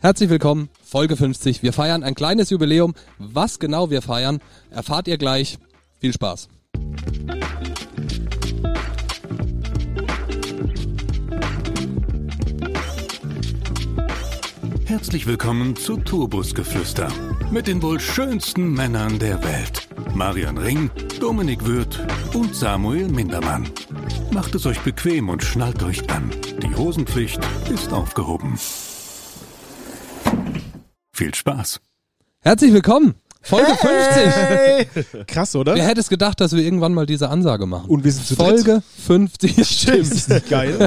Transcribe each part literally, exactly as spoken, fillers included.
Herzlich willkommen, Folge fünfzig. Wir feiern ein kleines Jubiläum. Was genau wir feiern, erfahrt ihr gleich. Viel Spaß. Herzlich willkommen zu Tourbusgeflüster mit den wohl schönsten Männern der Welt. Marian Ring, Dominik Würth und Samuel Mindermann. Macht es euch bequem und schnallt euch an. Die Hosenpflicht ist aufgehoben. Viel Spaß. Herzlich willkommen, Folge Hey! fünfzig. Krass, oder? Wer hätte es gedacht, dass wir irgendwann mal diese Ansage machen? Und wir sind zu Folge dritt. fünfzig, stimmt. Geil.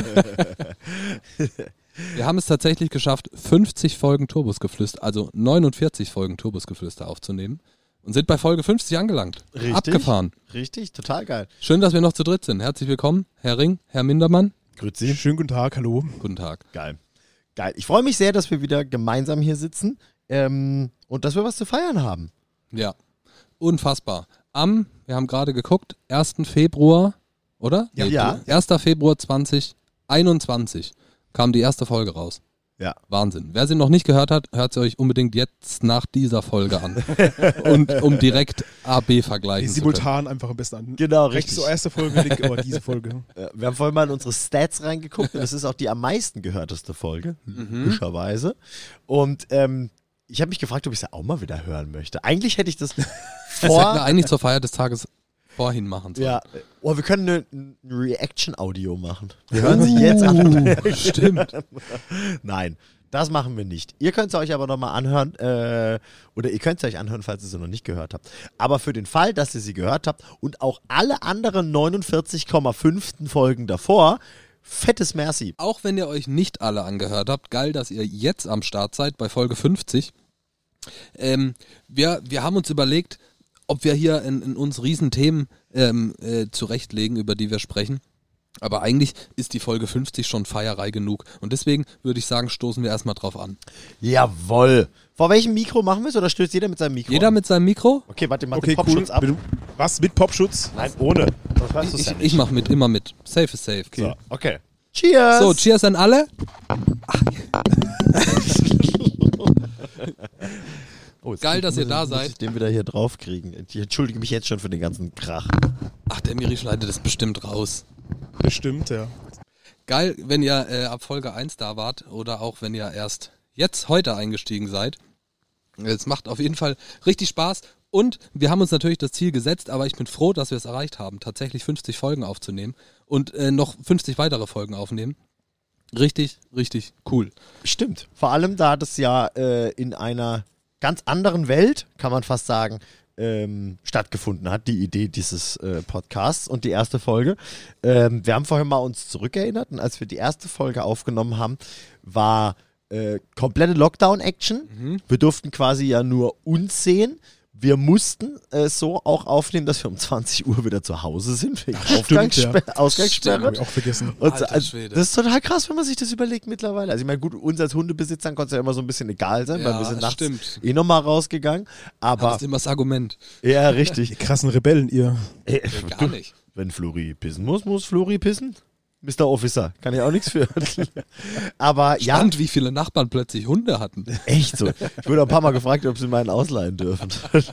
Wir haben es tatsächlich geschafft, fünfzig Folgen Tourbusgeflüster, also neunundvierzig Folgen Tourbusgeflüster aufzunehmen und sind bei Folge fünfzig angelangt. Richtig. Abgefahren. Richtig, total geil. Schön, dass wir noch zu dritt sind. Herzlich willkommen, Herr Ring, Herr Mindermann. Grüezi. Schönen guten Tag, hallo. Guten Tag. Geil. Geil. Ich freue mich sehr, dass wir wieder gemeinsam hier sitzen ähm, und dass wir was zu feiern haben. Ja, unfassbar. Am, wir haben gerade geguckt, ersten Februar, oder? Ja. Ja. ersten Februar zwanzig einundzwanzig kam die erste Folge raus. Ja. Wahnsinn. Wer sie noch nicht gehört hat, hört sie euch unbedingt jetzt nach dieser Folge an. Und um direkt A B vergleichen Die zu können. simultan einfach am besten an. Genau, Rechts richtig. zur erste Folge, links aber diese Folge. Äh, Wir haben vorhin mal in unsere Stats reingeguckt und das ist auch die am meisten gehörteste Folge, logischerweise. Und ähm, ich habe mich gefragt, ob ich sie auch mal wieder hören möchte. Eigentlich hätte ich das Das hätten wir vor... eigentlich zur Feier des Tages vorhin machen sollen. Ja, oh, wir können eine, ein Reaction-Audio machen. Wir hören sie jetzt an. Stimmt. Nein, das machen wir nicht. Ihr könnt es euch aber nochmal anhören, äh, oder ihr könnt es euch anhören, falls ihr sie noch nicht gehört habt. Aber für den Fall, dass ihr sie gehört habt und auch alle anderen neunundvierzig Komma fünf Folgen davor, fettes Merci. Auch wenn ihr euch nicht alle angehört habt, geil, dass ihr jetzt am Start seid bei Folge fünfzig. Ähm, wir, wir haben uns überlegt, ob wir hier in, in uns riesen Themen ähm, äh, zurechtlegen, über die wir sprechen. Aber eigentlich ist die Folge fünfzig schon Feierei genug. Und deswegen würde ich sagen, stoßen wir erstmal drauf an. Jawohl. Vor welchem Mikro machen wir es oder stößt jeder mit seinem Mikro? Jeder an? mit seinem Mikro? Okay, warte, mach Okay, den cool. Popschutz ab. Mit- Was? Mit Popschutz? Nein, ohne. Das hörst du's Ich, ja ich nicht. mach mit, immer mit. Safe is safe. So, okay. Cheers. So, cheers an alle. Oh, jetzt Geil, dass muss ihr da ich- muss seid. Ich den wieder hier drauf kriegen. Ich entschuldige mich jetzt schon für den ganzen Krach. Ach, der Miri schneidet das bestimmt raus. Bestimmt, ja. Geil, wenn ihr äh, ab Folge eins da wart oder auch wenn ihr erst jetzt heute eingestiegen seid. Es macht auf jeden Fall richtig Spaß und wir haben uns natürlich das Ziel gesetzt, aber ich bin froh, dass wir es erreicht haben, tatsächlich fünfzig Folgen aufzunehmen und äh, noch fünfzig weitere Folgen aufnehmen. Richtig, richtig cool. Stimmt. Vor allem, da das ja äh, in einer ganz anderen Welt, kann man fast sagen, ähm, stattgefunden hat, die Idee dieses äh, Podcasts und die erste Folge. Ähm, wir haben vorhin mal uns zurückerinnert und als wir die erste Folge aufgenommen haben, war äh, komplette Lockdown-Action. Wir durften quasi ja nur uns sehen. Wir mussten äh, so auch aufnehmen, dass wir um zwanzig Uhr wieder zu Hause sind, wegen Aufgangssperre. ja. Ausgangssperre. Hab ich auch vergessen. Und Alter also, Schwede. das ist total krass, wenn man sich das überlegt mittlerweile. Also ich meine, gut, uns als Hundebesitzern konnte es ja immer so ein bisschen egal sein, Ja, weil wir sind nachts stimmt. eh nochmal rausgegangen. Aber Aber, das ist immer das Argument. ja, Die richtig. krassen Rebellen, ihr. Ey, Nee, gar nicht. wenn Flori pissen muss, muss Flori pissen. Mister Officer, kann ich auch nichts für. Aber ja, Spannend, wie viele Nachbarn plötzlich Hunde hatten. echt so. Ich wurde ein paar Mal gefragt, ob sie meinen ausleihen dürfen.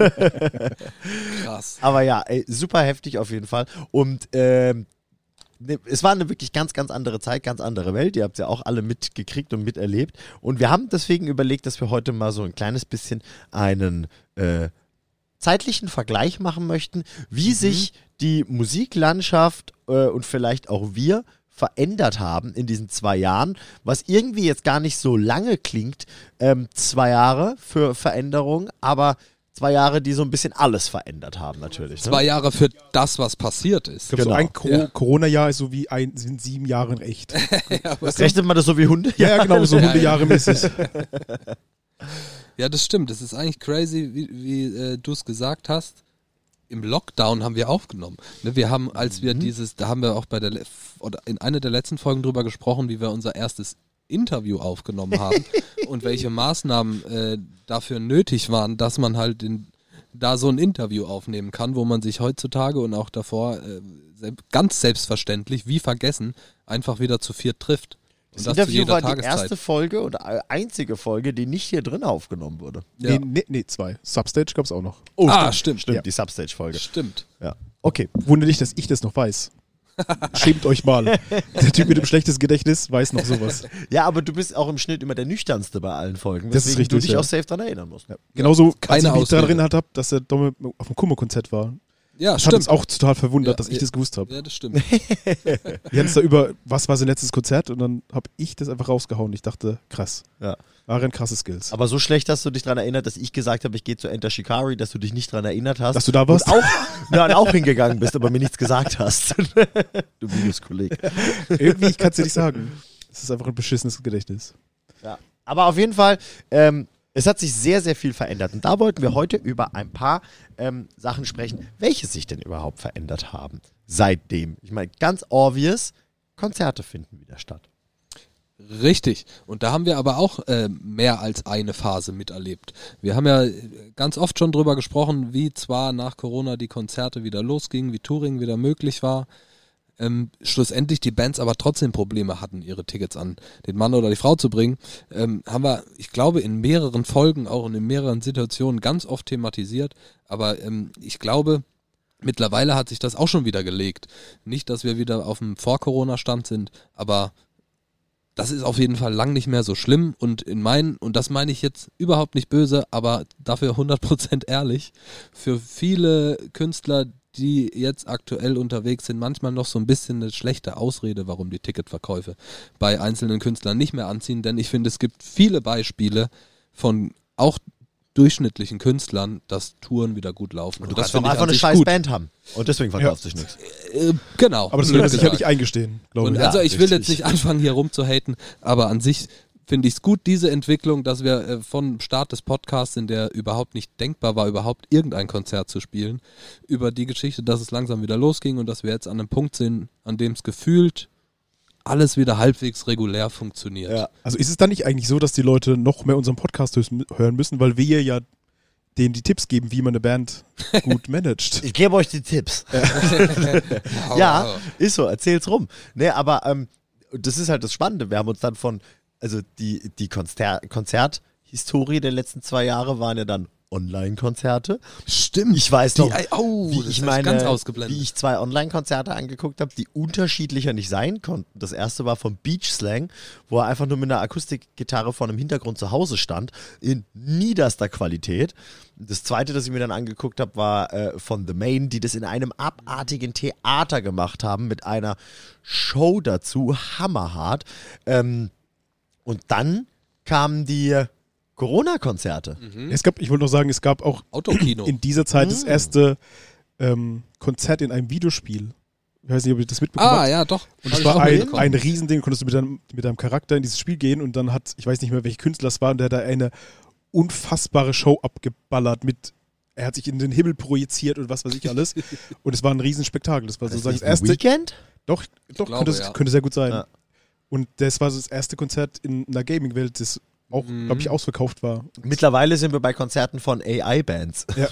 Krass. Aber ja, ey, super heftig auf jeden Fall. Und ähm, ne, es war eine wirklich ganz, ganz andere Zeit, ganz andere Welt. Ihr habt es ja auch alle mitgekriegt und miterlebt. Und wir haben deswegen überlegt, dass wir heute mal so ein kleines bisschen einen äh, zeitlichen Vergleich machen möchten, wie sich die Musiklandschaft äh, und vielleicht auch wir verändert haben in diesen zwei Jahren, was irgendwie jetzt gar nicht so lange klingt, ähm, zwei Jahre für Veränderung, aber zwei Jahre, die so ein bisschen alles verändert haben natürlich. Ne? Zwei Jahre für das, was passiert ist. Ich glaube, Genau. so ein Co- Ja. Corona-Jahr ist so wie ein, sind sieben Jahre in echt. Rechnet man das so wie Hunde? Ja, ja, genau, so Ja, ja. Hundejahre mäßig. Ja, das stimmt. Das ist eigentlich crazy, wie, wie äh, du es gesagt hast. Im Lockdown haben wir aufgenommen. Ne, wir haben, als wir dieses, da haben wir auch bei der, le- oder in einer der letzten Folgen drüber gesprochen, wie wir unser erstes Interview aufgenommen haben und welche Maßnahmen äh, dafür nötig waren, dass man halt in, da so ein Interview aufnehmen kann, wo man sich heutzutage und auch davor äh, selb- ganz selbstverständlich, wie vergessen, einfach wieder zu viert trifft. Das, Und das zu Interview jeder war die Tageszeit. erste Folge oder einzige Folge, die nicht hier drin aufgenommen wurde. Ja. Nee, nee, nee, zwei. Substage gab es auch noch. Oh, Ah, stimmt. Stimmt, Ja. die Substage-Folge. Stimmt. Ja. Okay. Wundert nicht, dass ich das noch weiß. Schämt euch mal. Der Typ mit dem schlechtesten Gedächtnis weiß noch sowas. Ja, aber du bist auch im Schnitt immer der nüchternste bei allen Folgen. Das ist weswegen richtig, du dich ja. auch safe daran erinnern musst. Ja. Genauso, keine als ich mich daran Ausrede. erinnert habe, dass der Domme auf dem Kummer-Konzert war. Ja, Das hat uns stimmt. auch total verwundert, Ja, dass ich ja. das gewusst habe. Ja, das stimmt. Wir hatten es da über, was war sein letztes Konzert? Und dann habe ich das einfach rausgehauen. Ich dachte, krass. Ja. Waren krasse Skills. Aber so schlecht hast du dich daran erinnert, dass ich gesagt habe, ich gehe zu Enter Shikari, dass du dich nicht daran erinnert hast. Dass du da warst? Und auch, ja, und auch hingegangen bist, aber mir nichts gesagt hast. Du Minuskolleg. Irgendwie, ich kann es dir nicht sagen. Es ist einfach ein beschissenes Gedächtnis. Ja. Aber auf jeden Fall, ähm, es hat sich sehr, sehr viel verändert. Und da wollten wir heute über ein paar ähm, Sachen sprechen, welche sich denn überhaupt verändert haben seitdem. Ich meine, ganz obvious, Konzerte finden wieder statt. Richtig. Und da haben wir aber auch äh, mehr als eine Phase miterlebt. Wir haben ja ganz oft schon drüber gesprochen, wie zwar nach Corona die Konzerte wieder losgingen, wie Touring wieder möglich war, ähm, schlussendlich die Bands aber trotzdem Probleme hatten, ihre Tickets an den Mann oder die Frau zu bringen, ähm, haben wir, ich glaube, in mehreren Folgen, auch in mehreren Situationen ganz oft thematisiert. Aber ähm, ich glaube, mittlerweile hat sich das auch schon wieder gelegt. Nicht, dass wir wieder auf dem Vor-Corona-Stand sind, aber das ist auf jeden Fall lang nicht mehr so schlimm und in meinen, und das meine ich jetzt überhaupt nicht böse, aber dafür hundert Prozent ehrlich, für viele Künstler, die jetzt aktuell unterwegs sind, manchmal noch so ein bisschen eine schlechte Ausrede, warum die Ticketverkäufe bei einzelnen Künstlern nicht mehr anziehen, denn ich finde, es gibt viele Beispiele von auch durchschnittlichen Künstlern, dass Touren wieder gut laufen. Und du das kannst doch finde ich einfach an eine sich scheiß gut. Band haben. Und deswegen verkauft sich nichts. Äh, genau. Aber das blöd würde er gesagt. sicherlich eingestehen, glaube Und ich. Ja, also ich will richtig. jetzt nicht anfangen, hier rumzuhaten, aber an sich finde ich es gut, diese Entwicklung, dass wir äh, von Start des Podcasts, in der überhaupt nicht denkbar war, überhaupt irgendein Konzert zu spielen, über die Geschichte, dass es langsam wieder losging und dass wir jetzt an einem Punkt sind, an dem es gefühlt alles wieder halbwegs regulär funktioniert. Ja. Also ist es dann nicht eigentlich so, dass die Leute noch mehr unseren Podcast hö- hören müssen, weil wir ja denen die Tipps geben, wie man eine Band gut managt? Ich gebe euch die Tipps. Aber- Ja, ist so, erzähl's rum. Nee, aber ähm, das ist halt das Spannende. Wir haben uns dann von, also die, die Konzer- Konzerthistorie der letzten zwei Jahre waren ja dann Online-Konzerte. Stimmt. Ich weiß Die, noch, oh, wie das ich hab meine, ganz ausgeblendet. wie ich zwei Online-Konzerte angeguckt habe, die unterschiedlicher nicht sein konnten. Das erste war von Beach Slang, wo er einfach nur mit einer Akustikgitarre vor einem Hintergrund zu Hause stand, in niederster Qualität. Das zweite, das ich mir dann angeguckt habe, war äh, von The Main, die das in einem abartigen Theater gemacht haben, mit einer Show dazu, hammerhart. Ähm, und dann kamen die Corona-Konzerte. Es gab, ich wollte noch sagen, es gab auch Autokino. in dieser Zeit Mm. das erste ähm, Konzert in einem Videospiel. Ich weiß nicht, ob ihr das mitbekommen ah, habt. ja, doch. Und Hab das ich war auch ein, mitbekommen. ein Riesending, konntest du mit deinem, mit deinem Charakter in dieses Spiel gehen und dann hat, ich weiß nicht mehr, welcher Künstler es war, und der hat da eine unfassbare Show abgeballert mit, er hat sich in den Himmel projiziert und was weiß ich alles. Und es war ein Riesenspektakel. Das war Das sozusagen ist das erste. Weekend? Doch, doch glaube, könnte, ja. könnte sehr gut sein. Ja. Und das war so das erste Konzert in einer Gaming-Welt, das auch, Mhm. glaube ich, ausverkauft war. Mittlerweile sind wir bei Konzerten von A I-Bands. Ja.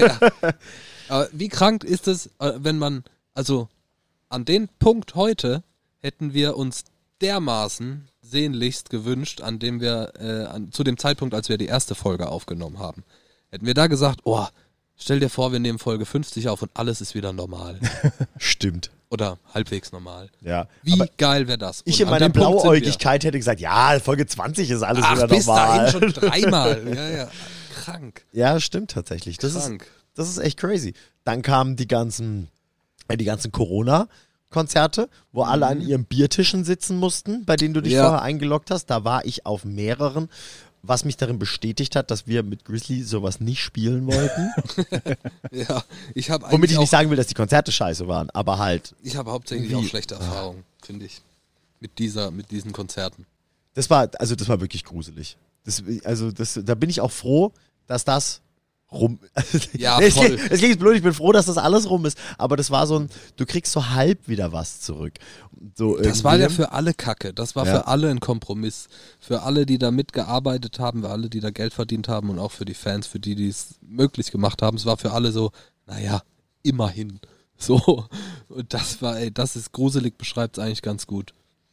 Aber wie krank ist es, äh, wenn man, also an den Punkt heute hätten wir uns dermaßen sehnlichst gewünscht, an dem wir, äh, an, zu dem Zeitpunkt, als wir die erste Folge aufgenommen haben. Hätten wir da gesagt, oh, stell dir vor, wir nehmen Folge fünfzig auf und alles ist wieder normal. Stimmt. Oder halbwegs normal. Ja. Wie Aber geil wäre das? ich Und in an meiner dem Punkt sind wir. Blauäugigkeit hätte gesagt, ja, Folge zwanzig ist alles Ach, wieder bis normal. dahin schon dreimal. Ja, ja. Krank. Ja, stimmt tatsächlich. Das ist, Krank. das ist echt crazy. Dann kamen die ganzen, äh, die ganzen Corona-Konzerte, wo alle an ihren Biertischen sitzen mussten, bei denen du dich Ja. vorher eingeloggt hast. Da war ich auf mehreren, was mich darin bestätigt hat, dass wir mit Grizzly sowas nicht spielen wollten. Ja, ich habe Womit ich auch, nicht sagen will, dass die Konzerte scheiße waren, aber halt, ich habe hauptsächlich Wie- auch schlechte Erfahrungen, finde ich, mit dieser, mit diesen Konzerten. das war, also das war wirklich gruselig. Das, also das, da bin ich auch froh, dass das rum. Ja, es, voll. klingt, es klingt blöd, ich bin froh, dass das alles rum ist, aber das war so ein, du kriegst so halb wieder was zurück. So Das war ja irgendwie. für alle Kacke. Das war Ja. für alle ein Kompromiss. Für alle, die da mitgearbeitet haben, für alle, die da Geld verdient haben und auch für die Fans, für die, die es möglich gemacht haben. Es war für alle so, naja, immerhin. So. Und das war, ey, das ist gruselig, beschreibt es eigentlich ganz gut.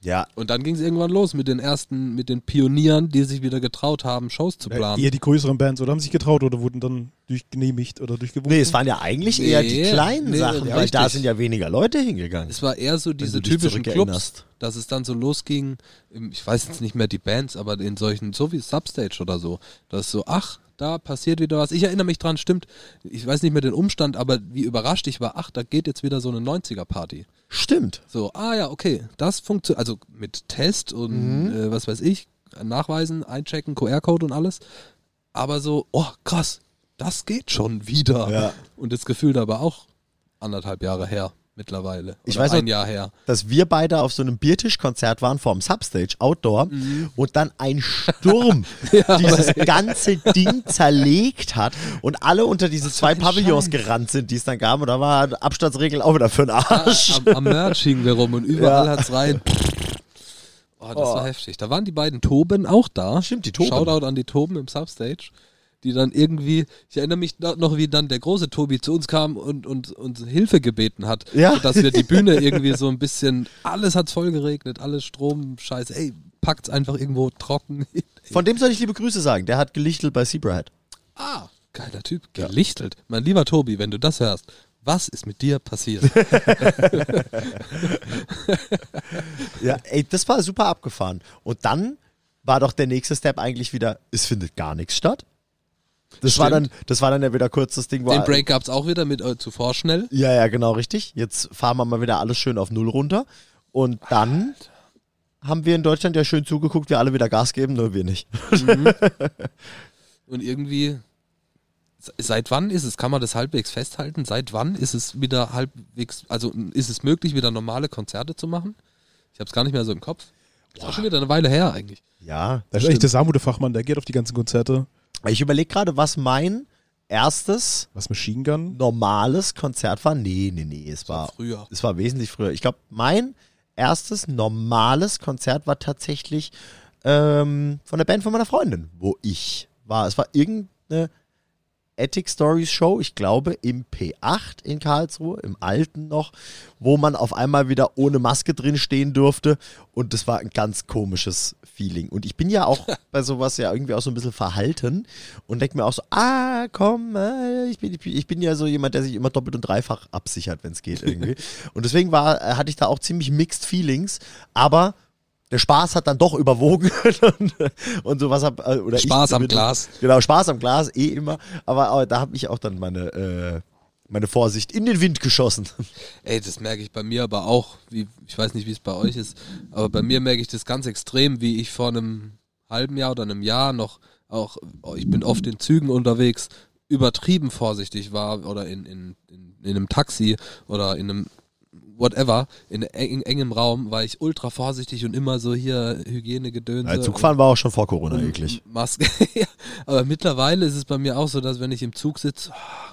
Ja. Und dann ging es irgendwann los mit den ersten, mit den Pionieren, die sich wieder getraut haben, Shows zu planen. Eher die größeren Bands oder haben sich getraut oder wurden dann durchgenehmigt oder durchgewunken? Nee, es waren ja eigentlich eher die Nee, kleinen nee, Sachen, ja, weil da richtig. sind ja weniger Leute hingegangen. Es war eher so diese du dich typischen Clubs, zurückerinnerst. dass es dann so losging, im- ich weiß jetzt nicht mehr die Bands, aber in solchen, so wie Substage oder so, dass so, ach, da passiert wieder was. Ich erinnere mich dran, stimmt, ich weiß nicht mehr den Umstand, aber wie überrascht ich war, ach, da geht jetzt wieder so eine neunziger-Party. Stimmt. So, ah ja, okay, das funktioniert, also mit Test und Mhm. äh, was weiß ich, nachweisen, einchecken, Q R-Code und alles, aber so, oh krass, das geht schon wieder. Ja. Und das Gefühl aber auch anderthalb Jahre her mittlerweile. Ich Oder weiß ein noch- Jahr her. Dass wir beide auf so einem Biertischkonzert waren vorm Substage, Outdoor, und dann ein Sturm dieses ganze Ding zerlegt hat und alle unter diese zwei ein Pavillons Scheiß. gerannt sind, die es dann gab. Und da war Abstandsregel auch wieder für den Arsch. Am, am Merch hingen wir rum und überall Ja. hat's rein. Oh, das Oh. war heftig. Da waren die beiden Toben auch da. Stimmt, die Toben. Shoutout an die Toben im Substage, die dann irgendwie, ich erinnere mich da- noch, wie dann der große Tobi zu uns kam und und uns Hilfe gebeten hat, Ja. dass wir die Bühne irgendwie so ein bisschen, alles hat's voll geregnet, alles Strom, Scheiße, ey, packt's einfach irgendwo trocken hin. Von dem soll ich liebe Grüße sagen. Der hat gelichtelt bei Zebrahead. Ah, geiler Typ, gelichtelt. Mein lieber Tobi, wenn du das hörst, was ist mit dir passiert? Ja, ey, das war super abgefahren. Und dann war doch der nächste Step eigentlich wieder, es findet gar nichts statt. Das war dann, Stimmt. das war dann ja wieder kurz das Ding, wo Den Break gab's auch wieder mit äh, zuvor schnell. Ja, ja, genau, richtig. Jetzt fahren wir mal wieder alles schön auf Null runter. Und dann haben wir in Deutschland ja schön zugeguckt, wie alle wieder Gas geben, nur wir nicht. Und irgendwie, se- seit wann ist es, kann man das halbwegs festhalten? Seit wann ist es wieder halbwegs, also ist es möglich, wieder normale Konzerte zu machen? Ich habe es gar nicht mehr so im Kopf. Ist auch schon wieder eine Weile her eigentlich. Ja, Da ist eigentlich der Samu der Fachmann, der geht auf die ganzen Konzerte. ich überlege gerade, was mein erstes Was Machine Gun? normales Konzert war. Nee, nee, nee, es war, Früher. es war wesentlich früher. Ich glaube, mein erstes normales Konzert war tatsächlich ähm, von der Band von meiner Freundin, wo ich war. Es war irgendeine Attic Stories Show, ich glaube im P acht in Karlsruhe, im Alten noch, wo man auf einmal wieder ohne Maske drin stehen durfte und das war ein ganz komisches Feeling. Und ich bin ja auch bei sowas ja irgendwie auch so ein bisschen verhalten und denke mir auch so, ah, komm, äh, ich, bin, ich, bin, ich bin ja so jemand, der sich immer doppelt und dreifach absichert, wenn es geht irgendwie. Und deswegen war, äh, hatte ich da auch ziemlich mixed Feelings, aber der Spaß hat dann doch überwogen und, und sowas hab, äh, oder ich Spaß am zumindest. Glas. Genau, Spaß am Glas, eh immer. Aber, aber da habe ich auch dann meine, äh, meine Vorsicht in den Wind geschossen. Ey, das merke ich bei mir aber auch, wie, ich weiß nicht, wie es bei euch ist, aber bei mir merke ich das ganz extrem, wie ich vor einem halben Jahr oder einem Jahr noch auch, oh, ich bin oft in Zügen unterwegs, übertrieben vorsichtig war oder in, in, in, in einem Taxi oder in einem whatever, in eng, engem Raum, war ich ultra vorsichtig und immer so hier Hygienegedönse. Ja, Zugfahren war auch schon vor Corona eklig. Maske. Ja, aber mittlerweile ist es bei mir auch so, dass wenn ich im Zug sitze,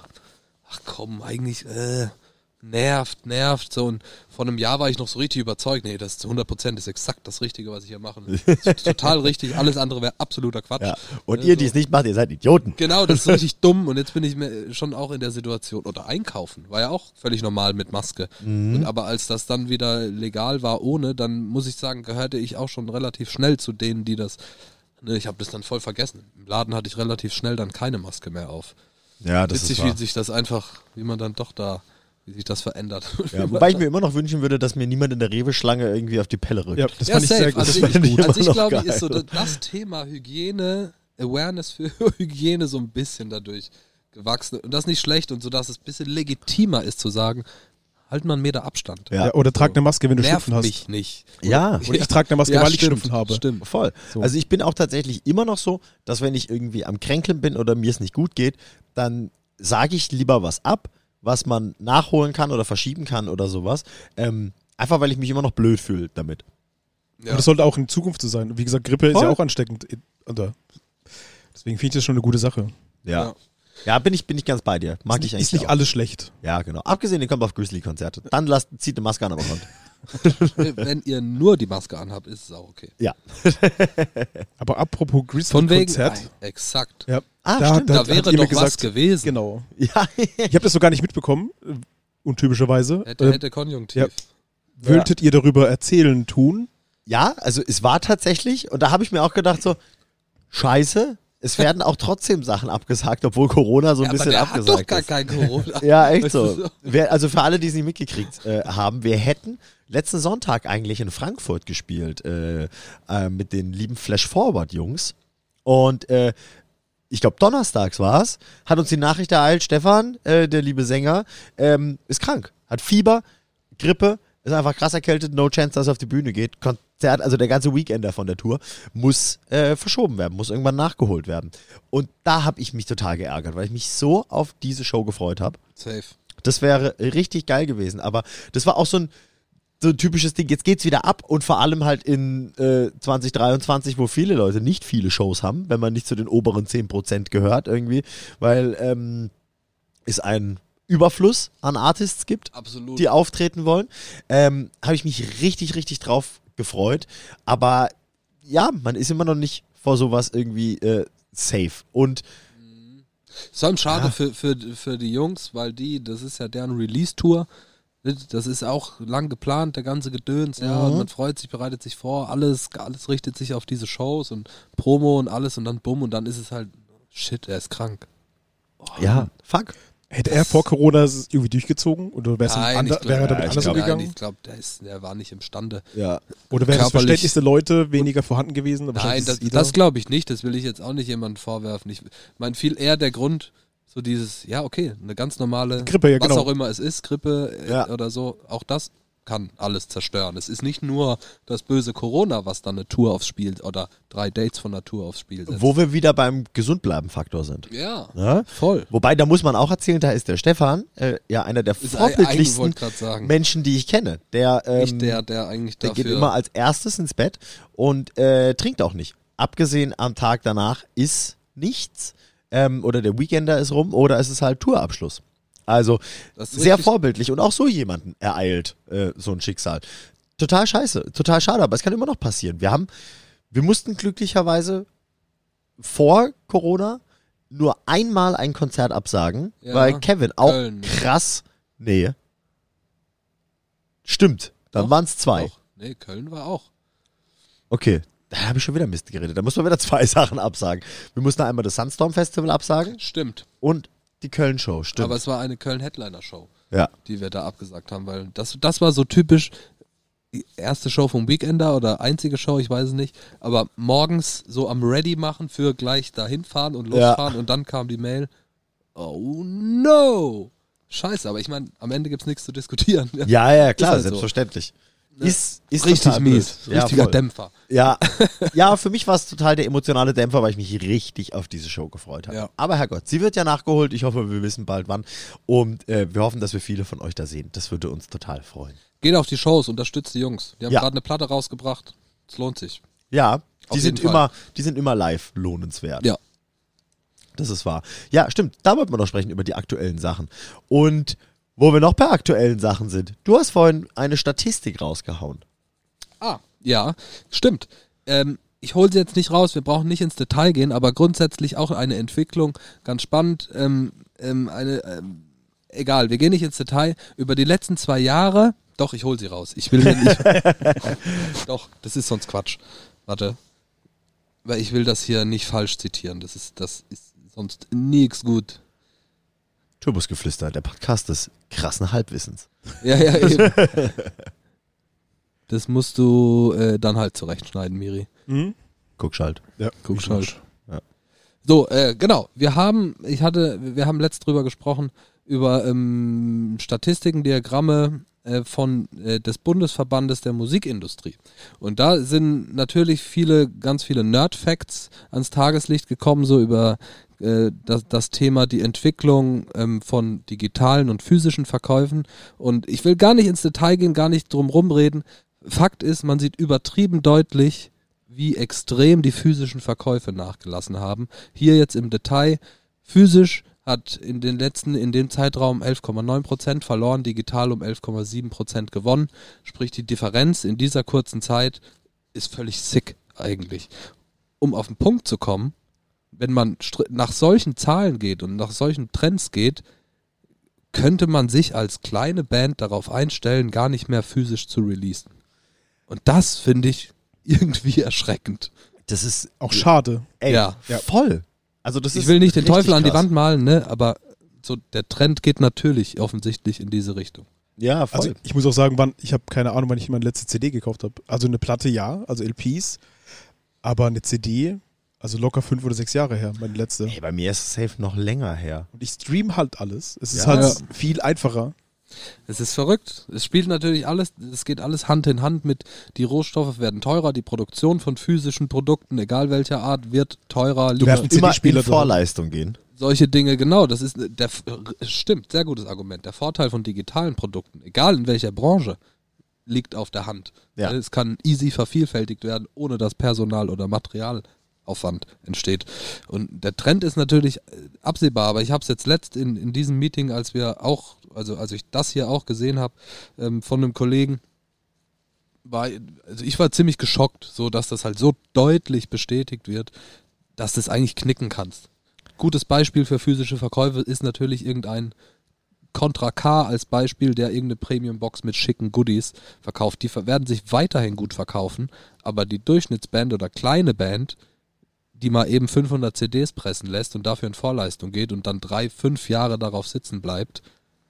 ach komm, eigentlich äh, nervt, nervt. So, und vor einem Jahr war ich noch so richtig überzeugt, nee, das zu hundert Prozent ist exakt das Richtige, was ich hier mache. Das ist total richtig, alles andere wäre absoluter Quatsch. Ja. Und Äh, ihr, die so. es nicht macht, ihr seid Idioten. Genau, das ist so richtig dumm und jetzt bin ich mir schon auch in der Situation, oder einkaufen, war ja auch völlig normal mit Maske. Und, aber als das dann wieder legal war ohne, dann muss ich sagen, gehörte ich auch schon relativ schnell zu denen, die das, ne, ich habe das dann voll vergessen. Im Laden hatte ich relativ schnell dann keine Maske mehr auf. Ja, das Witzig, ist wie wahr. sich das einfach, wie man dann doch da, wie sich das verändert. Ja, wobei ich mir immer noch wünschen würde, dass mir niemand in der Rewe-Schlange irgendwie auf die Pelle rückt. Ja, das Ja, fand ich safe. sehr gut. Also Das fand ich, ich gut. also ich Immer noch glaube, geil. ist so das, das Thema Hygiene, Awareness für Hygiene so ein bisschen dadurch gewachsen. Und das ist nicht schlecht und so, dass es ein bisschen legitimer ist zu sagen, halt mal einen Meter Abstand. Ja. Ja, oder trag eine Maske, wenn du Nervt Schnupfen hast. mich nicht. Ja. Und ich trage eine Maske, Ja, weil ich stimmt, Schnupfen habe. Stimmt. Voll. So. Also ich bin auch tatsächlich immer noch so, dass wenn ich irgendwie am Kränkeln bin oder mir es nicht gut geht, dann sage ich lieber was ab, was man nachholen kann oder verschieben kann oder sowas. Ähm, einfach weil ich mich immer noch blöd fühle damit. Ja. Und das sollte auch in Zukunft so sein. Wie gesagt, Grippe ist Voll. ja auch ansteckend. Oder deswegen finde ich das schon eine gute Sache. Ja. Ja. Ja, bin ich, bin ich ganz bei dir. Mag ist ich nicht, eigentlich ist nicht auch. alles schlecht. Ja, genau. Abgesehen, ihr kommt auf Grizzly-Konzerte. Dann lasst, zieht eine Maske an, aber kommt. Wenn ihr nur die Maske anhabt, ist es auch okay. Ja. Aber apropos Von wegen, Grizzly-Konzert. Ei, exakt. Ja, Ah, da, stimmt. Da, Da hat- wäre hat ihr mir doch was gesagt, gewesen. Genau. Ja. Ich habe das so gar nicht mitbekommen, äh, untypischerweise. Hätte, Äh, hätte Konjunktiv. ja. Würdet ihr darüber erzählen tun? ja, also es war tatsächlich, und da habe ich mir auch gedacht so, scheiße, es werden auch trotzdem Sachen abgesagt, obwohl Corona so ein Ja, bisschen aber der abgesagt hat doch gar ist. kein Corona. Ja, echt Weißt du so. Wer, also für alle, die es nicht mitgekriegt äh, haben, wir hätten letzten Sonntag eigentlich in Frankfurt gespielt äh, äh, mit den lieben Flash-Forward-Jungs. Und äh, ich glaube, donnerstags war es, hat uns die Nachricht ereilt, Stefan, äh, der liebe Sänger, ähm, ist krank, hat Fieber, Grippe, ist einfach krass erkältet, no chance, dass er auf die Bühne geht. Konzert, also der ganze Weekender von der Tour, muss äh, verschoben werden, muss irgendwann nachgeholt werden. Und da habe ich mich total geärgert, weil ich mich so auf diese Show gefreut habe. Safe. Das wäre richtig geil gewesen, aber das war auch so ein, so ein typisches Ding. Jetzt geht's wieder ab und vor allem halt in äh, zwanzig dreiundzwanzig, wo viele Leute nicht viele Shows haben, wenn man nicht zu den oberen zehn Prozent gehört irgendwie, weil ähm, es ein Überfluss an Artists gibt, Absolut. die auftreten wollen. Ähm, habe ich mich richtig, richtig drauf gefreut. Aber ja, man ist immer noch nicht vor sowas irgendwie äh, safe. Und Ist allem schade Ja. für, für, für die Jungs, weil die, das ist ja deren Release-Tour. Das ist auch lang geplant, der ganze Gedöns, ja, Mhm. und man freut sich, bereitet sich vor, alles, alles richtet sich auf diese Shows und Promo und alles und dann bumm und dann ist es halt, shit, er ist krank. Oh, ja, fuck. Hätte er vor Corona es irgendwie durchgezogen oder wäre Nein, ander, ich glaub- wäre er ja, damit ich anders glaub- Nein, umgegangen? ich glaube, der, ist- der war nicht imstande. Ja. Oder wäre das körperlich- Verständnis der Leute weniger vorhanden gewesen? Nein, Wahrscheinlich das, ist es eh das da. glaube ich nicht, das will ich jetzt auch nicht jemandem vorwerfen. Ich meine, viel eher der Grund, so dieses, ja, okay, eine ganz normale, Grippe, ja, was genau. auch immer es ist, Grippe äh, Ja. oder so, auch das kann alles zerstören. Es ist nicht nur das böse Corona, was dann eine Tour aufs Spiel oder drei Dates von der Tour aufs Spiel setzt. Wo wir wieder beim Gesundbleiben-Faktor sind. Ja, Ja? voll. Wobei, da muss man auch erzählen, da ist der Stefan äh, ja einer der Ist eigentlich, vorbildlichsten wollte gerade sagen, Menschen, die ich kenne. Der, ähm, nicht der, der eigentlich der dafür... geht immer als erstes ins Bett und äh, trinkt auch nicht. Abgesehen am Tag danach ist nichts. Ähm, oder der Weekender ist rum oder es ist halt Tourabschluss. Also Das ist sehr richtig- vorbildlich und auch so jemanden ereilt äh, so ein Schicksal. Total scheiße, total schade, aber es kann immer noch passieren. Wir haben, wir mussten glücklicherweise vor Corona nur einmal ein Konzert absagen, Ja, weil Kevin auch Köln. krass, nee, stimmt, dann Doch, waren es zwei. Auch. Nee, Köln war auch. Okay, da habe ich schon wieder Mist geredet. Da muss man wieder zwei Sachen absagen. Wir mussten einmal das Sunstorm Festival absagen Stimmt. und die Köln-Show, stimmt. Aber es war eine Köln-Headliner-Show, ja. die wir da abgesagt haben, weil das, das war so typisch die erste Show vom Weekender oder einzige Show, ich weiß es nicht, aber morgens so am Ready machen für gleich dahin fahren und losfahren und dann kam die Mail, oh no, scheiße, aber ich meine, am Ende gibt's nichts zu diskutieren. Ja, ja, klar, halt so. selbstverständlich. Ne? Ist, ist Richtig total mies, blöd. Ja, richtiger voll. Dämpfer. Ja, ja, für mich war es total der emotionale Dämpfer, weil ich mich richtig auf diese Show gefreut habe. Ja. Aber Herrgott, sie wird ja nachgeholt. Ich hoffe, wir wissen bald wann. Und äh, wir hoffen, dass wir viele von euch da sehen. Das würde uns total freuen. Geht auf die Shows, unterstützt die Jungs. Die haben Ja. gerade eine Platte rausgebracht. Es lohnt sich. Ja, Auf die sind jeden Fall. immer, die sind immer live lohnenswert. Ja. Das ist wahr. Ja, stimmt. Da wollten wir noch sprechen über die aktuellen Sachen. Und wo wir noch bei aktuellen Sachen sind. Du hast vorhin eine Statistik rausgehauen. Ah, ja, stimmt. Ähm, ich hole sie jetzt nicht raus, wir brauchen nicht ins Detail gehen, aber grundsätzlich auch eine Entwicklung, ganz spannend. Ähm, ähm, eine, ähm, egal, wir gehen nicht ins Detail. Über die letzten zwei Jahre, doch, ich hole sie raus. Ich will nicht. Doch, das ist sonst Quatsch. Warte. Weil ich will das hier nicht falsch zitieren. Das ist, das ist sonst nix gut. Turbusgeflüster, der Podcast des krassen Halbwissens. Ja, ja, eben. Das musst du äh, dann halt zurechtschneiden, Miri. Mhm. Guckschalt. Ja, Guck wie halt. schon. So, äh, genau. Wir haben, ich hatte, wir haben letzt drüber gesprochen über ähm, Statistiken, Diagramme äh, von äh, des Bundesverbandes der Musikindustrie. Und da sind natürlich viele, ganz viele Nerd-Facts ans Tageslicht gekommen, so über äh, das, das Thema die Entwicklung ähm, von digitalen und physischen Verkäufen. Und ich will gar nicht ins Detail gehen, gar nicht drum rumreden. Fakt ist, man sieht übertrieben deutlich, wie extrem die physischen Verkäufe nachgelassen haben. Hier jetzt im Detail, physisch hat in den letzten, in dem Zeitraum elf Komma neun Prozent verloren, digital um elf Komma sieben Prozent gewonnen. Sprich, die Differenz in dieser kurzen Zeit ist völlig sick eigentlich. Um auf den Punkt zu kommen, wenn man str- nach solchen Zahlen geht und nach solchen Trends geht, könnte man sich als kleine Band darauf einstellen, gar nicht mehr physisch zu releasen. Und das finde ich irgendwie erschreckend. Das ist Auch schade. ey, Ja. voll. Also das Ich ist will nicht den richtig Teufel an die krass. Wand malen, ne? Aber so der Trend geht natürlich offensichtlich in diese Richtung. Ja, voll. Also ich muss auch sagen, wann, ich habe keine Ahnung, wann ich meine letzte C D gekauft habe. Also eine Platte ja, also L Ps, aber eine C D, also locker fünf oder sechs Jahre her, meine letzte. Ey, bei mir ist es safe noch länger her. Und ich stream halt alles. Es ist Ja. halt Ja. viel einfacher. Es ist verrückt. Es spielt natürlich alles, es geht alles Hand in Hand mit, die Rohstoffe werden teurer, die Produktion von physischen Produkten, egal welcher Art, wird teurer. Du lieber- wärst- Immer in C D-Spieler drin. Vorleistung gehen. Solche Dinge, genau, das ist der stimmt, sehr gutes Argument. Der Vorteil von digitalen Produkten, egal in welcher Branche, liegt auf der Hand. Ja. Es kann easy vervielfältigt werden, ohne dass Personal- oder Materialaufwand entsteht. Und der Trend ist natürlich äh, absehbar, aber ich habe es jetzt letzt in, in diesem Meeting, als wir auch, also als ich das hier auch gesehen habe, ähm, von einem Kollegen, war, also ich war ziemlich geschockt, so dass das halt so deutlich bestätigt wird, dass du es eigentlich knicken kannst. Gutes Beispiel für physische Verkäufe ist natürlich irgendein Contra K als Beispiel, der irgendeine Premium-Box mit schicken Goodies verkauft. Die ver- werden sich weiterhin gut verkaufen, aber die Durchschnittsband oder kleine Band, die mal eben fünfhundert C Ds pressen lässt und dafür in Vorleistung geht und dann drei, fünf Jahre darauf sitzen bleibt,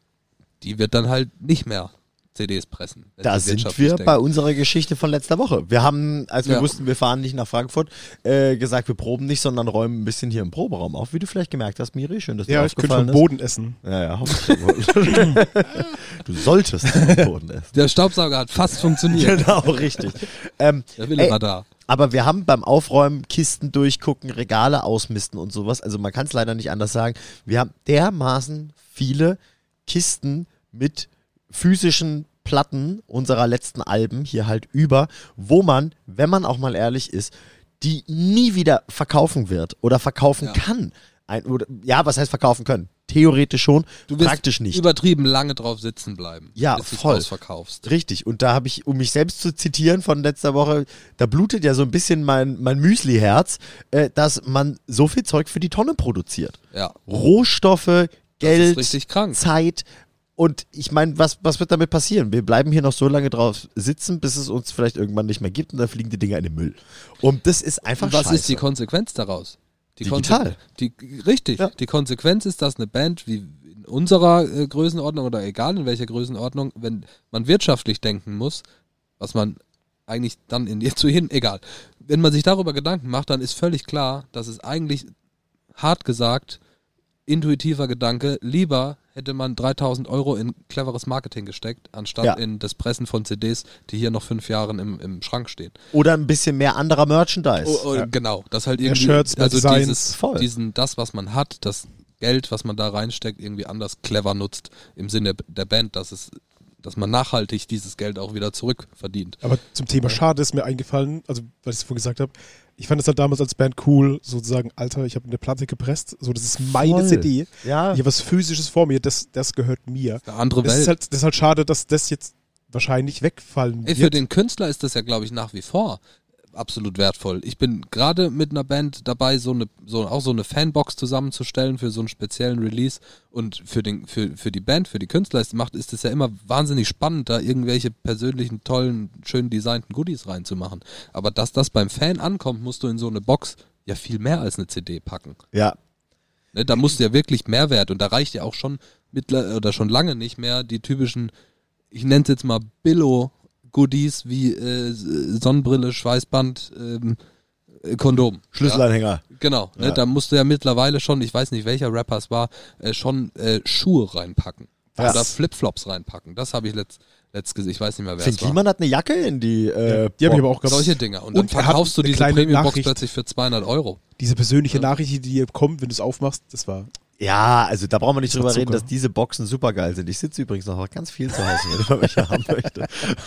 die wird dann halt nicht mehr C Ds pressen. wenn Da sie sind wirtschaftlich wir denken. bei unserer Geschichte von letzter Woche. Wir haben, als wir Ja. wussten, wir fahren nicht nach Frankfurt, äh, gesagt, wir proben nicht, sondern räumen ein bisschen hier im Proberaum auf. Wie du vielleicht gemerkt hast, Miri, schön, dass dir Ja, ich könnte aufgefallen vom Boden essen. ist. Ja, ja, hoffentlich. Du solltest vom Boden essen. Der Staubsauger hat fast funktioniert. Genau, richtig. Ähm, Der Wille Ey, war da. aber wir haben beim Aufräumen Kisten durchgucken, Regale ausmisten und sowas. Also man kann es leider nicht anders sagen. Wir haben dermaßen viele Kisten mit physischen Platten unserer letzten Alben hier halt über, wo man, wenn man auch mal ehrlich ist, die nie wieder verkaufen wird oder verkaufen Ja. kann. Ein, oder, ja, was heißt verkaufen können? Theoretisch schon, Du wirst praktisch nicht. übertrieben lange drauf sitzen bleiben, Ja, bis du es voll. ausverkaufst. Richtig, und da habe ich, um mich selbst zu zitieren von letzter Woche, da blutet ja so ein bisschen mein, mein Müsli-Herz, äh, dass man so viel Zeug für die Tonne produziert. Ja, Rohstoffe, Geld, richtig krank. Zeit. Und ich meine, was, was wird damit passieren? Wir bleiben hier noch so lange drauf sitzen, bis es uns vielleicht irgendwann nicht mehr gibt und dann fliegen die Dinger in den Müll. Und das ist einfach Und was scheiße. ist die Konsequenz daraus? Die Digital. Konse- Die, richtig. Ja. Die Konsequenz ist, dass eine Band wie in unserer äh, Größenordnung oder egal in welcher Größenordnung, wenn man wirtschaftlich denken muss, was man eigentlich dann in zu hin, egal. Wenn man sich darüber Gedanken macht, dann ist völlig klar, dass es eigentlich, hart gesagt, intuitiver Gedanke, lieber hätte man dreitausend Euro in cleveres Marketing gesteckt, anstatt Ja. in das Pressen von C Ds, die hier noch fünf Jahre im, im Schrank stehen. Oder ein bisschen mehr anderer Merchandise. Oh, oh, Ja. Genau, das halt Mehr irgendwie, Shirts, mehr also Designs. dieses, Voll. diesen, das, was man hat, das Geld, was man da reinsteckt, irgendwie anders clever nutzt, im Sinne der Band, dass es, dass man nachhaltig dieses Geld auch wieder zurückverdient. Aber zum Thema Schade ist mir eingefallen, also was ich vorhin gesagt habe, ich fand es halt damals als Band cool, sozusagen, Alter, ich habe eine Platte gepresst, so das ist meine Voll. C D. Ja. Ich habe was Physisches vor mir, das, das gehört mir. Eine andere Das Welt. ist, halt, das ist halt schade, dass das jetzt wahrscheinlich wegfallen Ey, für wird. den Künstler ist das ja, glaube ich, nach wie vor absolut wertvoll. Ich bin gerade mit einer Band dabei, so eine, so, auch so eine Fanbox zusammenzustellen für so einen speziellen Release. Und für den, für, für die Band, für die Künstler ist, macht, ist es ja immer wahnsinnig spannend, da irgendwelche persönlichen, tollen, schön designten Goodies reinzumachen. Aber dass das beim Fan ankommt, musst du in so eine Box ja viel mehr als eine C D packen. Ja. Ne, da musst du ja wirklich Mehrwert und da reicht ja auch schon mittler oder schon lange nicht mehr die typischen, ich nenne es jetzt mal Billo-Goodies wie äh, Sonnenbrille, Schweißband, ähm, äh, Kondom. Schlüsselanhänger. Ja, genau, Ja. ne, da musst du ja mittlerweile schon, ich weiß nicht welcher Rapper es war, äh, schon äh, Schuhe reinpacken. Was? Oder Flipflops reinpacken. Das habe ich letzt, letzt gesehen, ich weiß nicht mehr wer Finn es war. Kliman hat eine Jacke in die. Äh, Ja, die habe ich aber auch gehabt. Solche Dinger. Und dann Und er hat verkaufst du eine diese kleine Premium-Box Nachricht. plötzlich für zweihundert Euro. Diese persönliche Ja. Nachricht, die dir kommt, wenn du es aufmachst, das war. Ja, also da brauchen wir nicht Das war drüber reden, Zucker. dass diese Boxen super geil sind. Ich sitze übrigens noch ganz viel zu Hause, wenn ich mal welche haben möchte.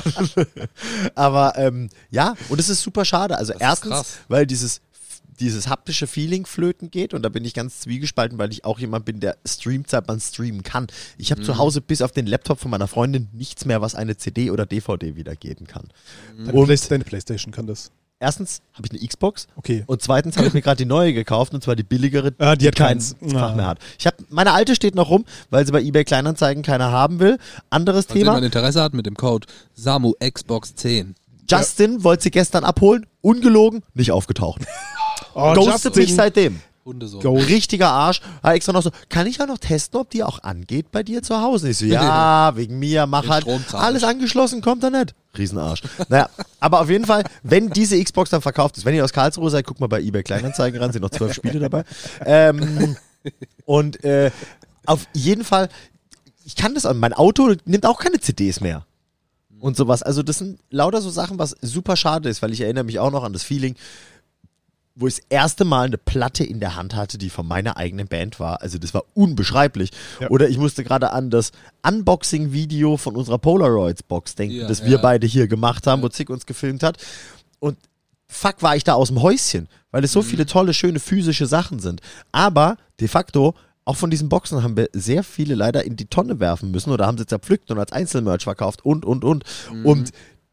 Aber ähm, ja, und es ist super schade. Also Das ist erstens, krass. weil dieses dieses haptische Feeling flöten geht und da bin ich ganz zwiegespalten, weil ich auch jemand bin, der streamt, seit man streamen kann. Ich habe Mhm. zu Hause bis auf den Laptop von meiner Freundin nichts mehr, was eine C D oder D V D wiedergeben kann. Deine, Und- Play deine Playstation kann das. Erstens habe ich eine Xbox Okay. und zweitens habe ich mir gerade die neue gekauft und zwar die billigere, Ah, die hat kein keins. Fach Ah. mehr hat. Ich habe meine alte steht noch rum, weil sie bei eBay Kleinanzeigen keiner haben will. Anderes Falls Thema. jemand Interesse hat mit dem Code SAMU Xbox zehn. Justin ja. wollte sie gestern abholen, ungelogen, nicht aufgetaucht. Oh, Ghostet mich seitdem. Hundesohn. Go. Richtiger Arsch. Hat extra noch so, kann ich ja noch testen, ob die auch angeht bei dir zu Hause? Ich so, ja, wegen mir, mach Den halt. Stromzahn. Alles angeschlossen, kommt er nicht. Riesenarsch. Naja, aber auf jeden Fall, wenn diese Xbox dann verkauft ist, wenn ihr aus Karlsruhe seid, guckt mal bei eBay Kleinanzeigen ran, sind noch zwölf Spiele dabei. Ähm, und äh, auf jeden Fall, ich kann das, mein Auto nimmt auch keine C Ds mehr. Und sowas. Also das sind lauter so Sachen, was super schade ist, weil ich erinnere mich auch noch an das Feeling, wo ich das erste Mal eine Platte in der Hand hatte, die von meiner eigenen Band war. Also das war unbeschreiblich. Ja. Oder ich musste gerade an das Unboxing-Video von unserer Polaroids-Box denken, ja, das wir ja. beide hier gemacht haben, ja. wo Zick uns gefilmt hat. Und fuck, war ich da aus dem Häuschen, weil es so mhm. viele tolle, schöne physische Sachen sind. Aber de facto, auch von diesen Boxen haben wir sehr viele leider in die Tonne werfen müssen oder haben sie zerpflückt und als Einzelmerch verkauft und, und, und. Mhm. Und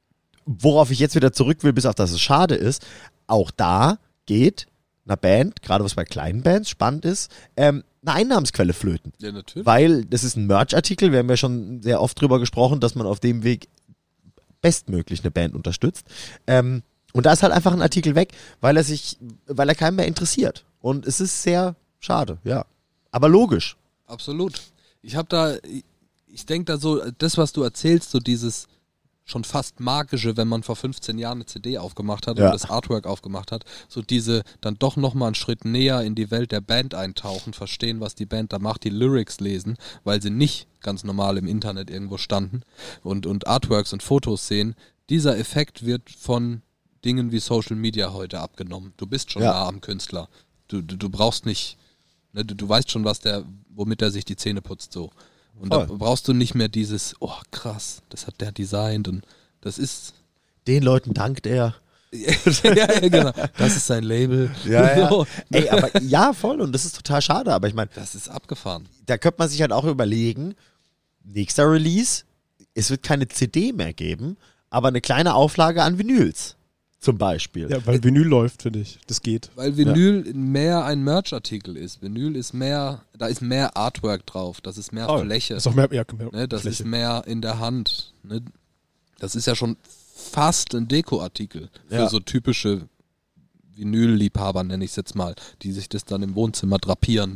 worauf ich jetzt wieder zurück will, bis auf dass es schade ist, auch da geht einer Band, gerade was bei kleinen Bands spannend ist, ähm, eine Einnahmensquelle flöten. Ja, natürlich. Weil das ist ein Merch-Artikel, wir haben ja schon sehr oft drüber gesprochen, dass man auf dem Weg bestmöglich eine Band unterstützt. Ähm, und da ist halt einfach ein Artikel weg, weil er sich, weil er keinen mehr interessiert. Und es ist sehr schade, ja. Aber logisch. Absolut. Ich habe da, ich denke da so, das, was du erzählst, so dieses schon fast magische, wenn man vor fünfzehn Jahren eine C D aufgemacht hat ja. und das Artwork aufgemacht hat, so diese dann doch nochmal einen Schritt näher in die Welt der Band eintauchen, verstehen, was die Band da macht, die Lyrics lesen, weil sie nicht ganz normal im Internet irgendwo standen und, und Artworks und Fotos sehen. Dieser Effekt wird von Dingen wie Social Media heute abgenommen. Du bist schon ja. nah am Künstler. Du, du, du brauchst nicht, ne, du, du weißt schon, was der, womit er sich die Zähne putzt, so. Und Voll. Da brauchst du nicht mehr dieses, oh krass, das hat der designt und das ist... Den Leuten dankt er. ja, ja, genau. Das ist sein Label. Ja, ja. So. Ey, aber ja, voll und das ist total schade, aber ich meine... Das ist abgefahren. Da könnte man sich halt auch überlegen, nächster Release, es wird keine C D mehr geben, aber eine kleine Auflage an Vinyls. Zum Beispiel. Ja, weil Vinyl läuft, finde ich. Das geht. Weil Vinyl ja. mehr ein Merch-Artikel ist. Vinyl ist mehr, da ist mehr Artwork drauf, das ist mehr oh, Fläche. Das ist auch mehr, ja, mehr ne, das Fläche. ist mehr in der Hand. Ne? Das ist ja schon fast ein Deko-Artikel für ja. so typische Vinyl-Liebhaber, nenne ich es jetzt mal, die sich das dann im Wohnzimmer drapieren.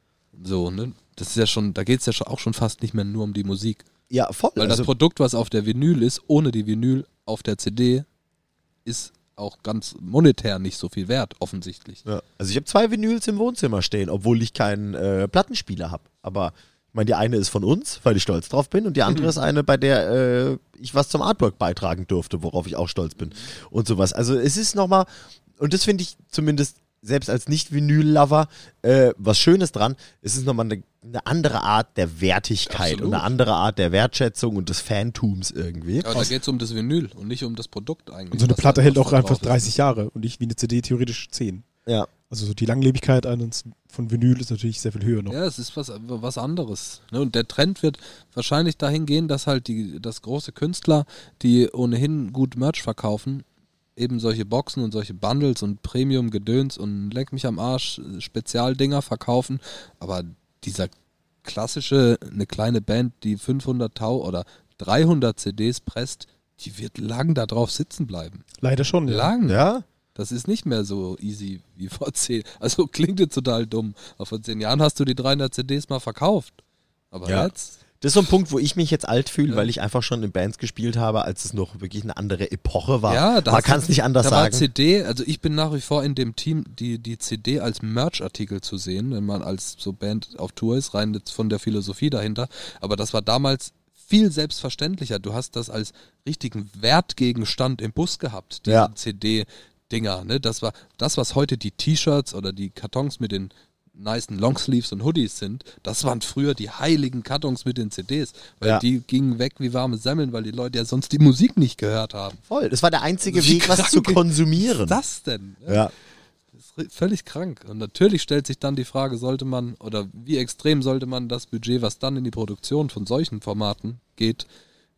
So, ne? Das ist ja schon, da geht es ja auch schon fast nicht mehr nur um die Musik. Ja, voll. Weil also das Produkt, was auf der Vinyl ist, ohne die Vinyl auf der C D, ist auch ganz monetär nicht so viel wert, offensichtlich. Ja. Also ich habe zwei Vinyls im Wohnzimmer stehen, obwohl ich keinen äh, Plattenspieler habe. Aber ich meine, die eine ist von uns, weil ich stolz drauf bin, und die andere mhm. ist eine, bei der äh, ich was zum Artwork beitragen durfte, worauf ich auch stolz bin. Und sowas. Also es ist nochmal, und das finde ich zumindest selbst als Nicht-Vinyl-Lover äh, was Schönes dran, es ist nochmal eine, eine andere Art der Wertigkeit Absolut. Und eine andere Art der Wertschätzung und des Fantums irgendwie. Aber da geht es um das Vinyl und nicht um das Produkt eigentlich. Und so eine Platte hält auch einfach dreißig Jahre und nicht wie eine C D theoretisch zehn. Ja. Also so die Langlebigkeit eines von Vinyl ist natürlich sehr viel höher noch. Ja, es ist was, was anderes. Ne? Und der Trend wird wahrscheinlich dahin gehen, dass halt die, dass große Künstler, die ohnehin gut Merch verkaufen, eben solche Boxen und solche Bundles und Premium-Gedöns und Leck mich am Arsch Spezialdinger verkaufen, aber dieser klassische, eine kleine Band, die fünfhunderttausend oder dreihundert C Ds presst, die wird lang da drauf sitzen bleiben. Leider schon, ja. Lang. Ja. Das ist nicht mehr so easy wie vor zehn, also klingt jetzt total dumm, aber vor zehn Jahren hast du die dreihundert C Ds mal verkauft, aber ja. jetzt... Das ist so ein Punkt, wo ich mich jetzt alt fühle, ja. weil ich einfach schon in Bands gespielt habe, als es noch wirklich eine andere Epoche war. Ja, man kann es nicht anders da sagen. War C D, also ich bin nach wie vor in dem Team, die, die C D als Merch-Artikel zu sehen, wenn man als so Band auf Tour ist, rein jetzt von der Philosophie dahinter. Aber das war damals viel selbstverständlicher. Du hast das als richtigen Wertgegenstand im Bus gehabt, diese ja. C D-Dinger. Ne? Das war das, was heute die T-Shirts oder die Kartons mit den nicen Longsleeves und Hoodies sind, das waren früher die heiligen Kartons mit den C Ds, weil ja. die gingen weg wie warme Semmeln, weil die Leute ja sonst die Musik nicht gehört haben. Voll, das war der einzige also Weg, was zu konsumieren. Was ist das denn? Ja. ja. Das ist völlig krank. Und natürlich stellt sich dann die Frage, sollte man, oder wie extrem sollte man das Budget, was dann in die Produktion von solchen Formaten geht,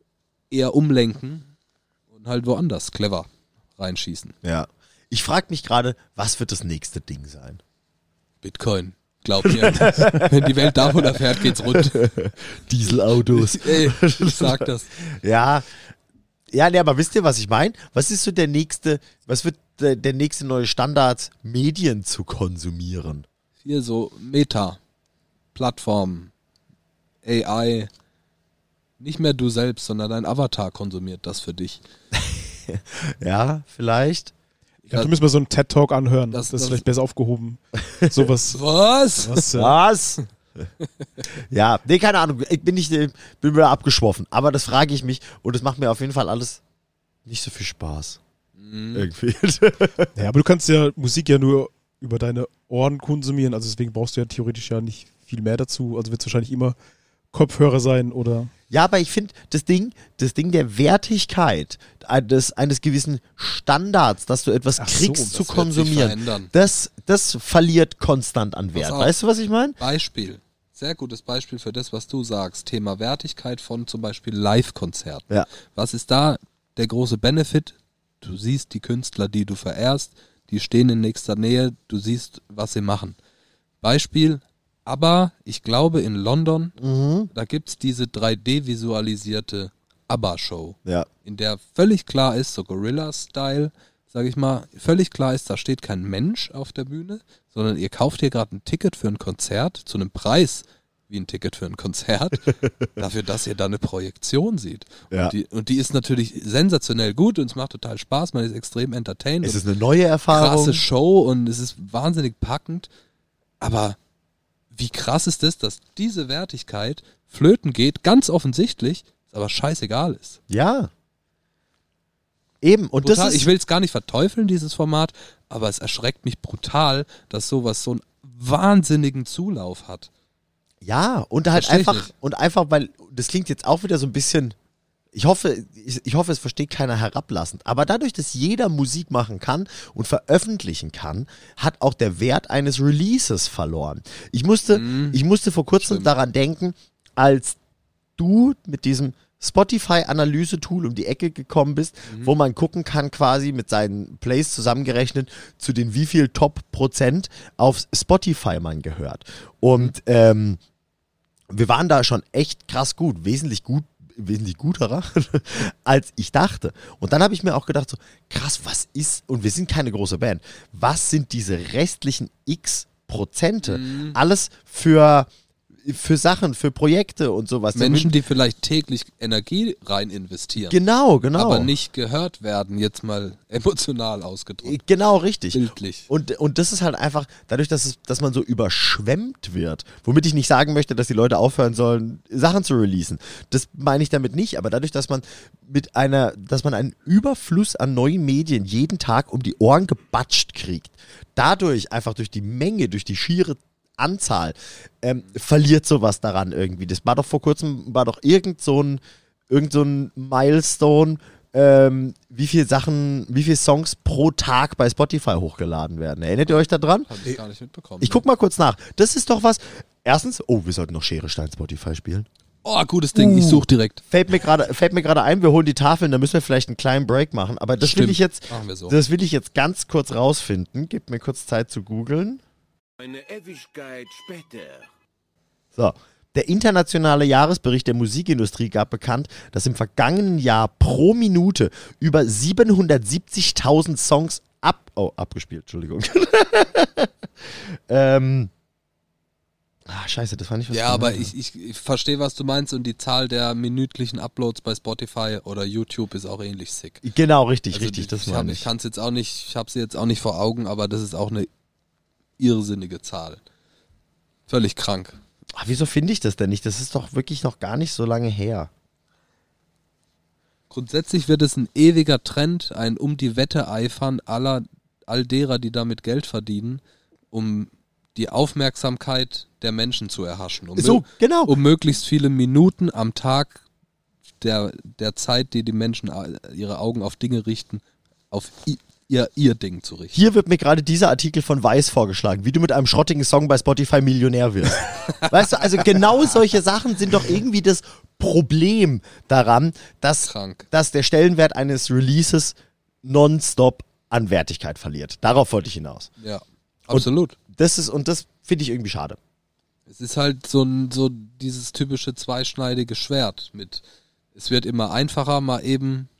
eher umlenken und halt woanders clever reinschießen. Ja. Ich frage mich gerade, was wird das nächste Ding sein? Bitcoin, glaub mir. Wenn die Welt davon erfährt, geht's rund. Dieselautos. Ey, ich sag das. Ja, Ja, nee, aber wisst ihr, was ich meine? Was ist so der nächste, was wird der, der nächste neue Standard, Medien zu konsumieren? Hier so Meta, Plattformen, A I. Nicht mehr du selbst, sondern dein Avatar konsumiert das für dich. Ja, vielleicht. Ich glaube, du müssen mal so einen TED-Talk anhören. Das- Das, das ist das- vielleicht besser aufgehoben. Sowas. Was? Was, äh, Was? Ja, nee, keine Ahnung. Ich bin nicht, äh, bin mir abgeschwoffen. Aber das frage ich mich und das macht mir auf jeden Fall alles nicht so viel Spaß. Irgendwie. Ja, aber du kannst ja Musik ja nur über deine Ohren konsumieren, also deswegen brauchst du ja theoretisch ja nicht viel mehr dazu. Also wird es wahrscheinlich immer Kopfhörer sein oder. Ja, aber ich finde, das Ding, das Ding der Wertigkeit eines, eines gewissen Standards, dass du etwas Ach so, kriegst das zu wird sich konsumieren, verändern. das, das verliert konstant an Wert. auf. Weißt du, was ich meine? Beispiel. Sehr gutes Beispiel für das, was du sagst. Thema Wertigkeit von zum Beispiel Live-Konzerten. Ja. Was ist da der große Benefit? Du siehst die Künstler, die du verehrst, die stehen in nächster Nähe, du siehst, was sie machen. Beispiel, aber ich glaube in London, Mhm. da gibt es diese drei D-visualisierte ABBA-Show, Ja. in der völlig klar ist, so Gorilla-Style, sag ich mal, völlig klar ist, da steht kein Mensch auf der Bühne, sondern ihr kauft hier gerade ein Ticket für ein Konzert zu einem Preis wie ein Ticket für ein Konzert, dafür, dass ihr da eine Projektion seht. Ja. Und, die, und die ist natürlich sensationell gut und es macht total Spaß, man ist extrem entertained. Es und ist eine neue Erfahrung. krasse Show und es ist wahnsinnig packend, aber wie krass ist es, dass diese Wertigkeit flöten geht, ganz offensichtlich, aber scheißegal ist. Ja. Eben. Und Brutal. das ist, Ich will es gar nicht verteufeln, dieses Format, aber es erschreckt mich brutal, dass sowas so einen wahnsinnigen Zulauf hat. ja, und halt Versteh ich einfach, nicht. und einfach, weil, das klingt jetzt auch wieder so ein bisschen, ich hoffe, ich, ich hoffe, es versteht keiner herablassend, aber dadurch, dass jeder Musik machen kann und veröffentlichen kann, hat auch der Wert eines Releases verloren. Ich musste, Mhm. ich musste vor kurzem Stimmt. daran denken, als du mit diesem Spotify-Analyse-Tool um die Ecke gekommen bist, Mhm. wo man gucken kann, quasi mit seinen Plays zusammengerechnet, zu den wie viel Top-Prozent auf Spotify man gehört. Und ähm, wir waren da schon echt krass gut, wesentlich gut, wesentlich guterer, als ich dachte. Und dann habe ich mir auch gedacht, so, krass, was ist, und wir sind keine große Band, was sind diese restlichen X Prozente? Mhm. Alles für, für Sachen, für Projekte und sowas. Menschen, die vielleicht täglich Energie rein investieren, Genau, genau. aber nicht gehört werden, jetzt mal emotional ausgedrückt, Genau, richtig. bildlich. Und, und das ist halt einfach, dadurch, dass, es, dass man so überschwemmt wird, womit ich nicht sagen möchte, dass die Leute aufhören sollen, Sachen zu releasen. Das meine ich damit nicht, aber dadurch, dass man mit einer, dass man einen Überfluss an neuen Medien jeden Tag um die Ohren gebatscht kriegt, dadurch einfach durch die Menge, durch die schiere Anzahl, ähm, verliert sowas daran irgendwie. Das war doch vor kurzem, war doch irgend so ein, irgend so ein Milestone, ähm, wie viele Sachen, wie viele Songs pro Tag bei Spotify hochgeladen werden. Erinnert ihr euch da dran? Habe ich gar nicht mitbekommen. Ich guck mal kurz nach. Das ist doch was. Erstens, oh, wir sollten noch Schere, Stein, Spotify spielen. Oh, gutes Ding, ich suche direkt. Fällt mir gerade, fällt mir gerade ein, wir holen die Tafeln, da müssen wir vielleicht einen kleinen Break machen. Aber das will Stimmt. ich jetzt, Machen wir so. das will ich jetzt ganz kurz rausfinden. Gebt mir kurz Zeit zu googeln. Eine Ewigkeit später. So. Der internationale Jahresbericht der Musikindustrie gab bekannt, dass im vergangenen Jahr pro Minute über siebenhundertsiebzigtausend Songs ab, oh, abgespielt, Entschuldigung. ähm, ah, scheiße, das war nicht was Ja, aber gemeint. ich, ich, ich verstehe, was du meinst und die Zahl der minütlichen Uploads bei Spotify oder YouTube ist auch ähnlich sick. Genau, richtig, Also richtig, die- das ich hab- meine Ich ich. kann es jetzt auch nicht, ich habe sie jetzt auch nicht vor Augen, aber das ist auch eine irrsinnige Zahl. Völlig krank. Ach, wieso finde ich das denn nicht? Das ist doch wirklich noch gar nicht so lange her. Grundsätzlich wird es ein ewiger Trend, ein um die Wette eifern aller, all derer, die damit Geld verdienen, um die Aufmerksamkeit der Menschen zu erhaschen. Um, So, mö- genau. um möglichst viele Minuten am Tag der, der Zeit, die die Menschen a- ihre Augen auf Dinge richten, auf i- ihr, ihr Ding zu richten. Hier wird mir gerade dieser Artikel von Weiß vorgeschlagen, wie du mit einem schrottigen Song bei Spotify Millionär wirst. Weißt du, also genau solche Sachen sind doch irgendwie das Problem daran, dass, Krank. dass der Stellenwert eines Releases nonstop an Wertigkeit verliert. Darauf wollte ich hinaus. Ja, absolut. Das ist, und das finde ich irgendwie schade. Es ist halt so, ein, so dieses typische zweischneidige Schwert mit, es wird immer einfacher, mal eben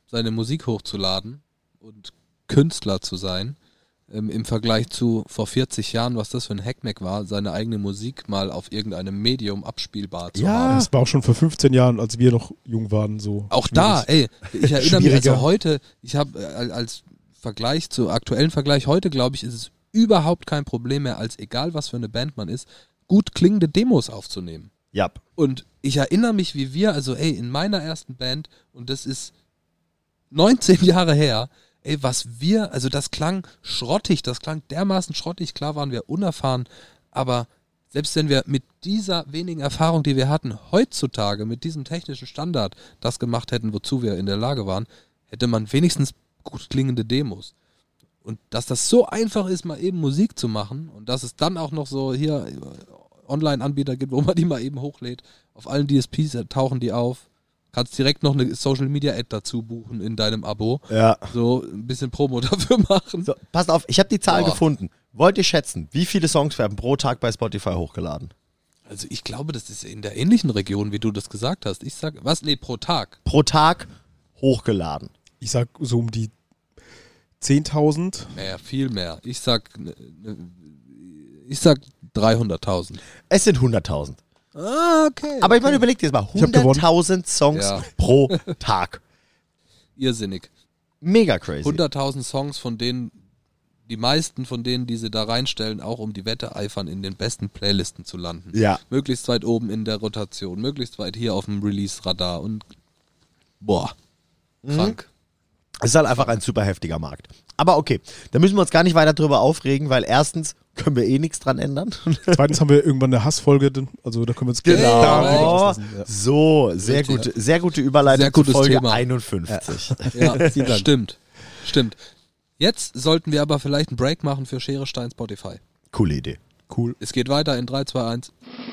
seine Musik hochzuladen und Künstler zu sein, ähm, im Vergleich zu vor vierzig Jahren, was das für ein Hackmack war, seine eigene Musik mal auf irgendeinem Medium abspielbar zu Ja. haben. Das war auch schon vor fünfzehn Jahren, als wir noch jung waren, so. Auch da, schwierig. ey, ich erinnere mich, Schwieriger. also heute, ich habe äh, als Vergleich zu aktuellen Vergleich, heute glaube ich, ist es überhaupt kein Problem mehr, als egal was für eine Band man ist, gut klingende Demos aufzunehmen. Ja. Und ich erinnere mich, wie wir, also ey, in meiner ersten Band, und das ist neunzehn Jahre her, ey, was wir, also das klang schrottig, das klang dermaßen schrottig, klar waren wir unerfahren, aber selbst wenn wir mit dieser wenigen Erfahrung, die wir hatten, heutzutage mit diesem technischen Standard das gemacht hätten, wozu wir in der Lage waren, hätte man wenigstens gut klingende Demos. Und dass das so einfach ist, mal eben Musik zu machen und dass es dann auch noch so hier Online-Anbieter gibt, wo man die mal eben hochlädt, auf allen D S Ps tauchen die auf, kannst direkt noch eine Social-Media-Ad dazu buchen in deinem Abo, Ja. so ein bisschen Promo dafür machen. So, passt auf, ich habe die Zahl Boah. gefunden. Wollt ihr schätzen, wie viele Songs werden pro Tag bei Spotify hochgeladen? Also ich glaube, das ist in der ähnlichen Region, wie du das gesagt hast. Ich sag, was? Nee, pro Tag. Pro Tag hochgeladen. Ich sag so um die zehntausend. Mehr, viel mehr. Ich sag, ne, ne, ich sag dreihunderttausend. Es sind hunderttausend. Ah, okay. Aber ich meine, überleg dir jetzt mal, Ich hab gewonnen. hunderttausend Songs Ja. pro Tag. Irrsinnig. Mega crazy. hunderttausend Songs, von denen die meisten von denen, die sie da reinstellen, auch um die Wette eifern, in den besten Playlisten zu landen. Ja. Möglichst weit oben in der Rotation, möglichst weit hier auf dem Release-Radar und boah, krank. Es ist halt einfach ein super heftiger Markt. Aber okay, da müssen wir uns gar nicht weiter drüber aufregen, weil erstens können wir eh nichts dran ändern. Zweitens haben wir irgendwann eine Hassfolge, denn- also da können wir uns Genau. darüber auslassen. Ja. So, sehr Richtig. gute, sehr gute Überleitung Sehr gutes zu Folge Thema. einundfünfzig. Ja, stimmt. Stimmt. Jetzt sollten wir aber vielleicht einen Break machen für Schere, Stein, Spotify. Coole Idee. Cool. Es geht weiter in drei, zwei, eins.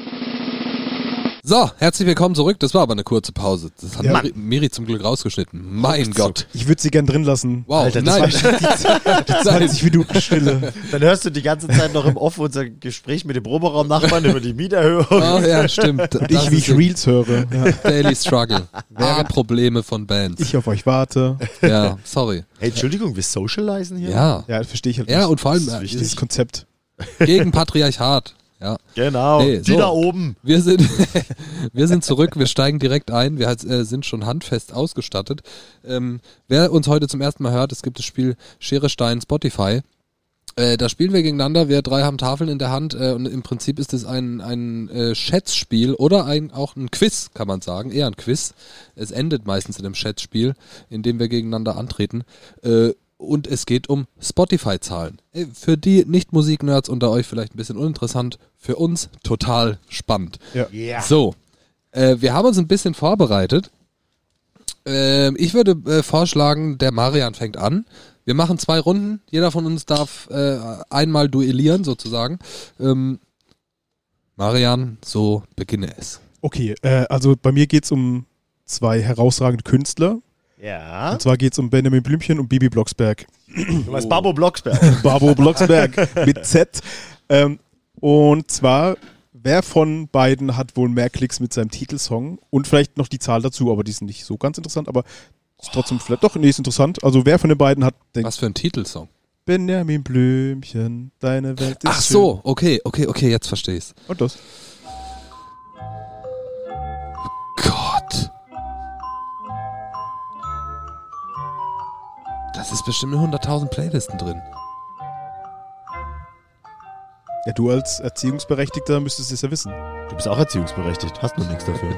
So, herzlich willkommen zurück. Das war aber eine kurze Pause. Das hat Ja. Miri, Miri zum Glück rausgeschnitten. Mein Gott. Ich würde sie gern drin lassen. Wow, Alter, das nein. zwanzig Minuten Stille. Dann hörst du die ganze Zeit noch im Off unser Gespräch mit dem Proberaum-Nachbarn über die Mieterhöhung. Oh, ja, stimmt. Und ich, wie ich Reels höre. Ja. Daily Struggle. Werkprobleme von Bands. Ich auf euch warte. Ja, sorry. Hey, Entschuldigung, wir socialisen hier? Ja. Ja, das verstehe ich halt Ja, nicht. und vor allem Das ist äh, wichtig. Dieses Konzept. gegen Patriarchat. Ja. Genau, Nee, die so. da oben. Wir sind, wir sind zurück, wir steigen direkt ein, wir äh, sind schon handfest ausgestattet. Ähm, wer uns heute zum ersten Mal hört, es gibt das Spiel Schere, Stein, Spotify. Äh, da spielen wir gegeneinander, wir drei haben Tafeln in der Hand äh, und im Prinzip ist es ein, ein äh, Schätzspiel oder ein, auch ein Quiz, kann man sagen, eher ein Quiz. Es endet meistens in einem Schätzspiel, in dem wir gegeneinander antreten. Äh, Und es geht um Spotify-Zahlen. Ey, Für die Nicht-Musik-Nerds unter euch vielleicht ein bisschen uninteressant, für uns total spannend. Ja. Ja. So, äh, wir haben uns ein bisschen vorbereitet. Ähm, ich würde äh, vorschlagen, der Marian fängt an. Wir machen zwei Runden. Jeder von uns darf äh, einmal duellieren, sozusagen. Ähm, Marian, so beginne es. Okay, äh, also bei mir geht es um zwei herausragende Künstler. Ja. Und zwar geht es um Benjamin Blümchen und Bibi Blocksberg. Du meinst Babo Blocksberg. Babo Blocksberg mit Z. Ähm, und zwar, wer von beiden hat wohl mehr Klicks mit seinem Titelsong? Und vielleicht noch die Zahl dazu, aber die sind nicht so ganz interessant, aber ist trotzdem vielleicht doch, nee, ist interessant. Also wer von den beiden hat den Was für ein Titelsong? Benjamin Blümchen, deine Welt ist Ach so, okay, okay, okay, jetzt verstehe ich's. schön. Und das. Gott. Das ist bestimmt in hunderttausend Playlisten drin. Ja, du als Erziehungsberechtigter müsstest es ja wissen. Du bist auch erziehungsberechtigt, hast nur nichts dafür.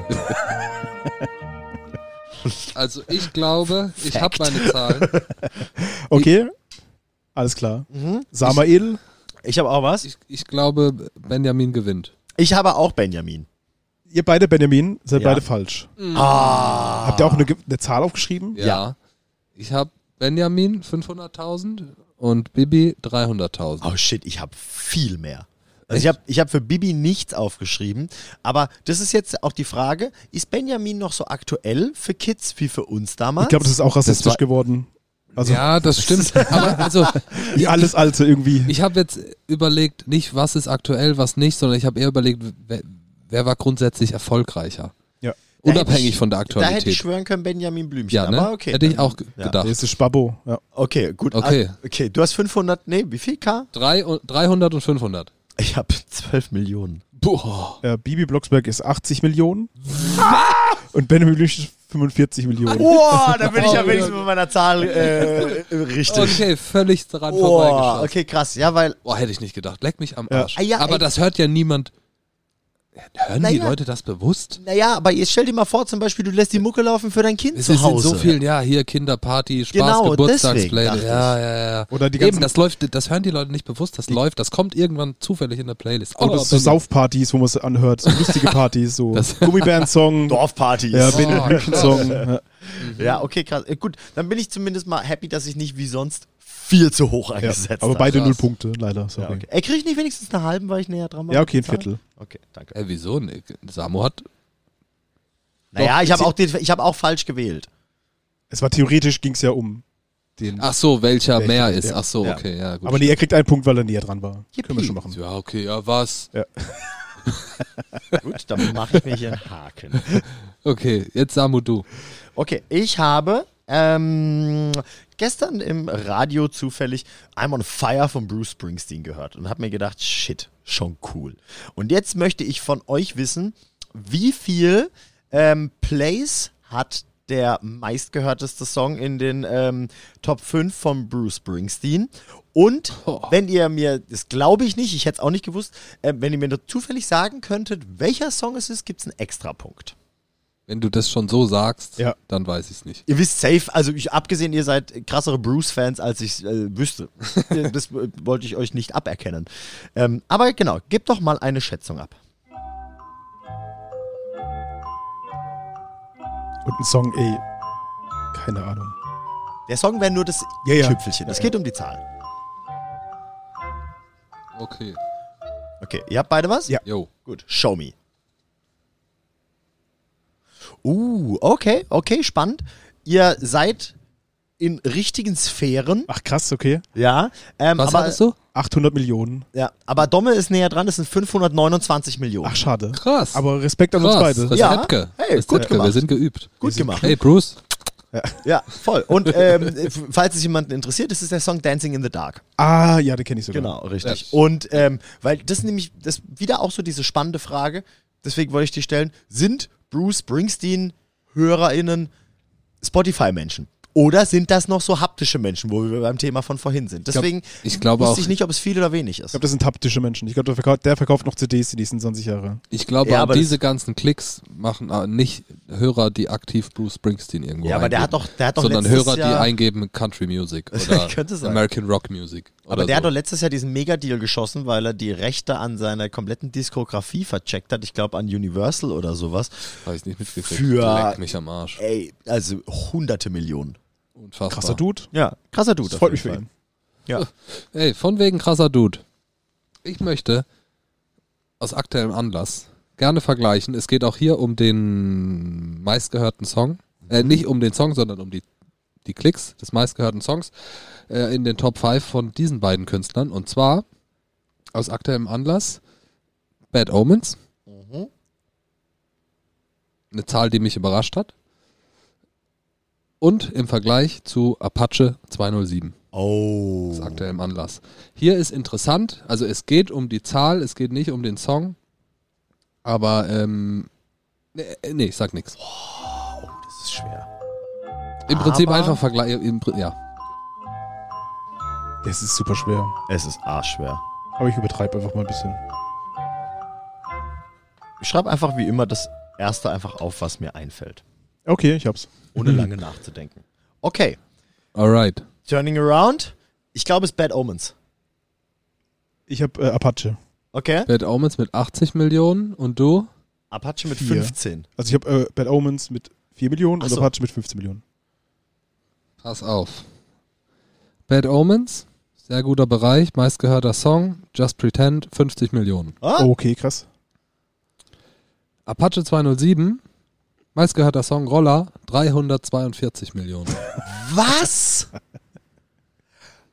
Also ich glaube, ich habe meine Zahlen. Okay, alles klar. Mhm. Samael, Ich habe auch was. Ich, ich glaube, Benjamin gewinnt. Ich habe auch Benjamin. ihr beide Benjamin seid Ja. beide falsch. Ah. Habt ihr auch eine, Ge- eine Zahl aufgeschrieben? Ja. Ja. Ich habe Benjamin fünfhunderttausend und Bibi dreihunderttausend. Oh shit, ich habe viel mehr. Also ich habe ich hab für Bibi nichts aufgeschrieben, aber das ist jetzt auch die Frage, ist Benjamin noch so aktuell für Kids wie für uns damals? Ich glaube, das ist auch rassistisch Das war- geworden. Also Ja, das stimmt. Aber also, wie alles Alte irgendwie. ich habe jetzt überlegt, nicht was ist aktuell, was nicht, sondern ich habe eher überlegt, wer, wer war grundsätzlich erfolgreicher. Da hätte Unabhängig ich, von der Da Aktualität. hätte ich schwören können, Benjamin Blümchen. Ja, ne? Aber okay. Hätte ich auch ge- Ja. gedacht. Der ist Spabo, ja. Okay, gut. Okay. Ah, okay, du hast fünfhundert, nee, wie viel K? Drei und, dreihundert und fünfhundert. Ich habe zwölf Millionen. Boah. Äh, Bibi Blocksberg ist achtzig Millionen. Und Benjamin Blümchen ist fünfundvierzig Millionen. Boah, da bin ich ja Oh, wenigstens ja. mit meiner Zahl äh, richtig. Okay, völlig dran Boah, vorbeigeschossen. okay, krass. Ja, weil Boah, hätte ich nicht gedacht. Leck mich am Ja. Arsch. Ah, ja, Aber ey. das hört ja niemand. Hören die Naja. Leute das bewusst? Naja, aber jetzt stell dir mal vor, zum Beispiel, du lässt die Mucke laufen für dein Kind Es zu ist in Hause. so vielen, ja, hier Kinderparty, Spaß, Genau, Geburtstagsplay. deswegen dachte Ja, ja, ja. Oder die Eben, ganzen- das läuft, das hören die Leute nicht bewusst, das läuft, das kommt irgendwann zufällig in der Playlist. Oder so Benny. Saufpartys, wo man es anhört. So lustige Partys, so Das- Gummibären-Song. Dorfpartys. Ja, Oh, Benjamin Blümchen-Song. Ja. Ja, okay, krass. Äh, Gut, dann bin ich zumindest mal happy, dass ich nicht wie sonst viel zu hoch Ja, eingesetzt aber habe. beide Krass. null Punkte, leider. Sorry. Ja, okay. Ey, krieg ich nicht wenigstens einen halben, weil ich näher dran war? Ja, okay, ein mit der Zahl? Viertel. Okay, danke. Äh, wieso? Nee, Samo hat. Naja, Doch, ich habe sie- auch, den- ich hab auch falsch gewählt. Es war theoretisch, ging es ja um den. Ach so, welcher Welcher, mehr ist. ja. Ach so, Ja. okay, ja, gut. Aber nee, er kriegt einen Punkt, weil er näher dran war. Yippie. Können wir schon machen. Ja, okay, ja, was? Gut, dann mache ich mir hier einen Haken. Okay, jetzt Samu, du. Okay, ich habe ähm, gestern im Radio zufällig I'm on Fire von Bruce Springsteen gehört und habe mir gedacht, shit, schon cool. Und jetzt möchte ich von euch wissen, wie viel ähm, Plays hat der meistgehörteste Song in den ähm, Top fünf von Bruce Springsteen. Und Oh. wenn ihr mir, das glaube ich nicht, ich hätte es auch nicht gewusst, äh, wenn ihr mir nur zufällig sagen könntet, welcher Song es ist, gibt es einen Extrapunkt. Wenn du das schon so sagst, Ja. dann weiß ich es nicht. Ihr wisst safe, also ich, abgesehen, ihr seid krassere Bruce-Fans, als ich äh, wüsste. Das äh, wollte ich euch nicht aberkennen. Ähm, aber genau, gebt doch mal eine Schätzung ab. Und ein Song, ey. Keine Ahnung. Der Song wäre nur das Ja, ja. Tüpfelchen. Es geht um die Zahl. Okay. Okay, ihr habt beide was? Ja. Jo. Gut, show me. Uh, okay, okay, spannend. Ihr seid in richtigen Sphären. Ach krass, okay. Ja. Ähm, Was aber, hattest du? achthundert Millionen. Ja, aber Domme ist näher dran, das sind fünfhundertneunundzwanzig Millionen. Ach, schade. Krass. Aber Respekt an uns Krass. beide. Ja. Respektke. Hey, gut Respektke. gemacht. Wir sind geübt. Gut gemacht. Hey, Bruce. Ja, voll. Und ähm, falls es jemanden interessiert, das ist der Song Dancing in the Dark. Ah, ja, den kenne ich sogar. Genau, richtig. Ja. Und ähm, weil das ist nämlich das wieder auch so diese spannende Frage, deswegen wollte ich die stellen, sind Bruce Springsteen HörerInnen Spotify-Menschen? Oder sind das noch so haptische Menschen, wo wir beim Thema von vorhin sind? Deswegen ich glaube wusste auch- ich nicht, ob es viel oder wenig Ich ist. glaube, das sind haptische Menschen. Ich glaube, der, verkauft- der verkauft noch C Ds die nächsten zwanzig Jahre. Ich glaube, Ja, auch aber diese das- ganzen Klicks machen äh, nicht Hörer, die aktiv Bruce Springsteen irgendwo Ja, aber der hat eingeben, doch, der hat doch sondern letztes Hörer, die Jahr, eingeben Country Music oder Könnte sein. American Rock Music. Oder aber der so. hat doch letztes Jahr diesen Megadeal geschossen, weil er die Rechte an seiner kompletten Diskografie vercheckt hat. Ich glaube an Universal oder sowas. Habe ich nicht mitgekriegt. Für- Leck mich am Arsch. Ey, also hunderte Millionen. Unfassbar. Krasser Dude. Ja, krasser Dude. Das auf freut mich jeden für ihn. Ja. Ey, von wegen krasser Dude. Ich möchte aus aktuellem Anlass gerne vergleichen. Es geht auch hier um den meistgehörten Song. Äh, nicht um den Song, sondern um die, die Klicks des meistgehörten Songs äh, in den Top fünf von diesen beiden Künstlern. Und zwar aus aktuellem Anlass Bad Omens. Mhm. Eine Zahl, die mich überrascht hat. Und im Vergleich zu Apache zweihundertsieben. Oh. Aus aktuellem Anlass. Hier ist interessant, also es geht um die Zahl, es geht nicht um den Song, aber ähm, nee, nee ich sag nichts. Oh, das ist schwer. Im Prinzip Aber- einfach vergleichen, ja. Das ist super schwer. Es ist arschschwer. Aber ich übertreibe einfach mal ein bisschen. Ich schreibe einfach wie immer das erste einfach auf, was mir einfällt. Okay, ich hab's. Ohne lange nachzudenken. Okay. Alright. Turning around. Ich glaube, es ist Bad Omens. Ich hab äh, Apache. Okay. Bad Omens mit achtzig Millionen und du? Apache mit Vier. fünfzehn. Also ich hab äh, Bad Omens mit vier Millionen Ach und so. Apache mit fünfzehn Millionen. Pass auf. Bad Omens, sehr guter Bereich, meistgehörter Song, Just Pretend, fünfzig Millionen. Ah? Oh, okay, krass. Apache zweihundertsieben, meistgehörter Song Roller, dreihundertzweiundvierzig Millionen. Was?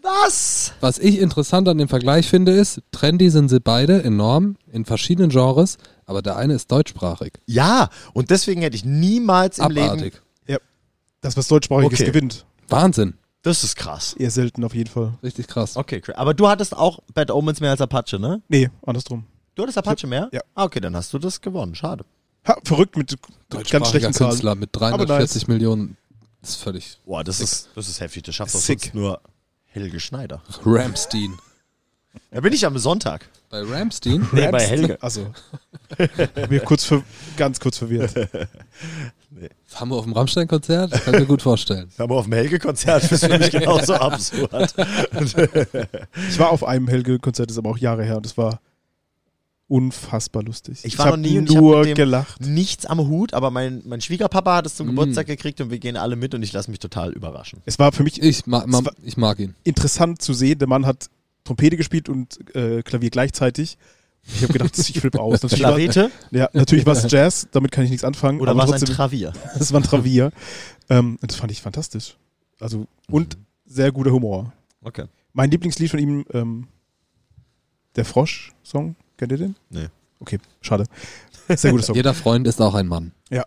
Was? Was ich interessant an dem Vergleich finde, ist, trendy sind sie beide enorm, in verschiedenen Genres, aber der eine ist deutschsprachig. Ja, und deswegen hätte ich niemals im Leben... Abartig. Das, was Deutschsprachiges Okay. gewinnt. Wahnsinn. Das ist krass. Eher selten auf jeden Fall. Richtig krass. Okay, cra- aber du hattest auch Bad Omens mehr als Apache, ne? Nee, andersrum. Du hattest Apache mehr? ja. Ah, okay, dann hast du das gewonnen. Schade. Ha, verrückt mit ganz Deutschsprachiger schlechten Zahlen. Künstler mit Aber dreihundertvierzig Millionen. Das ist völlig Boah, das ist, das ist heftig. Das schafft doch Sick. sonst nur Helge Schneider. Ramstein. Da bin ich am Sonntag. Bei Ramstein? Nee, bei Helge. Also. Mir kurz ver ganz kurz verwirrt. Das haben wir auf dem Rammstein-Konzert? Kann ich mir gut vorstellen. Aber auf dem Helge-Konzert ist für mich genauso absurd. Ich war auf einem Helge-Konzert, das ist aber auch Jahre her und es war unfassbar lustig. Ich war hab noch nie und ich hab nur mit dem- gelacht. Nichts am Hut, aber mein, mein Schwiegerpapa hat es zum Mm. Geburtstag gekriegt und wir gehen alle mit und ich lasse mich total überraschen. Es war für mich Ich, ma, ma, Es war- ich mag ihn. interessant zu sehen. Der Mann hat Trompete gespielt und äh, Klavier gleichzeitig. Ich habe gedacht, ich flippe aus. Natürlich war, Klavete ja, natürlich war es Jazz, damit kann ich nichts anfangen. oder aber war es ein trotzdem, Travier? es war ein Travier. ähm, und das fand ich fantastisch. Also, und sehr guter Humor. Okay. Mein Lieblingslied von ihm, ähm, der Frosch-Song. Kennt ihr den? Nee. Okay, schade. Sehr guter Song. Jeder Freund ist auch ein Mann. Ja.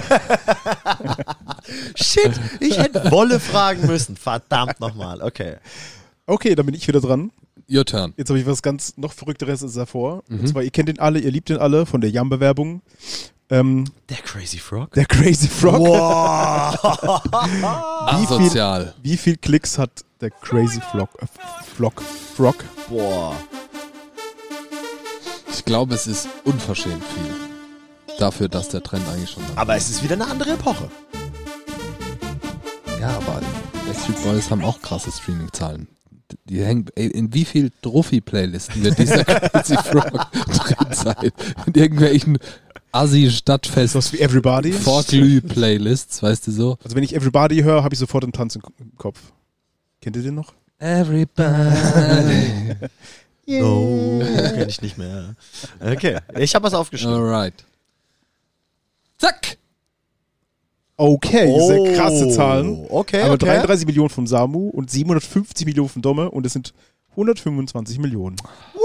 Shit, ich hätte Wolle fragen müssen. Verdammt nochmal. Okay. Okay, dann bin ich wieder dran. Your turn. Jetzt habe ich was ganz noch Verrückteres als davor. Mhm. Und zwar, ihr kennt den alle, ihr liebt den alle von der Yum-Bewerbung. Ähm, Der Crazy Frog? der Crazy Frog. Wow. Wie viel, Asozial. wie viel Klicks hat der Crazy Frog? Äh, Frog. Frog? Boah. Ich glaube, es ist unverschämt viel. Dafür, dass der Trend eigentlich schon da Aber es ist wieder eine andere Epoche. Ja, aber Backstreet Boys haben auch krasse Streaming-Zahlen. Die hängen, ey, in wie viel Trophy-Playlisten wird dieser Crazy Frog drin sein? In irgendwelchen Assi-Stadtfest Sowas wie Everybody. Vorglüh-Playlists, weißt du so? Also wenn ich Everybody höre, habe ich sofort einen Tanz im im Kopf. Kennt ihr den noch? Everybody. No, kenn ich nicht mehr. Okay, ich habe was aufgeschrieben. Alright. Zack! Okay, sehr krasse Zahlen. Okay, Aber okay. dreiunddreißig Millionen von Samu und siebenhundertfünfzig Millionen von Domme und es sind hundertfünfundzwanzig Millionen.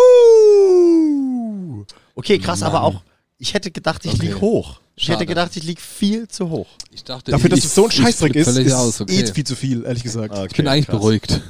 Woo. Okay, krass, Mann. aber auch, ich hätte gedacht, ich Okay. lieg hoch. Ich Schade. hätte gedacht, ich lieg viel zu hoch. Ich dachte, Dafür, dass ich, es so ein ich Scheißdreck flipp ist, völlig ist aus, okay. eh viel zu viel, ehrlich gesagt. Okay, Ich bin eigentlich krass. beruhigt.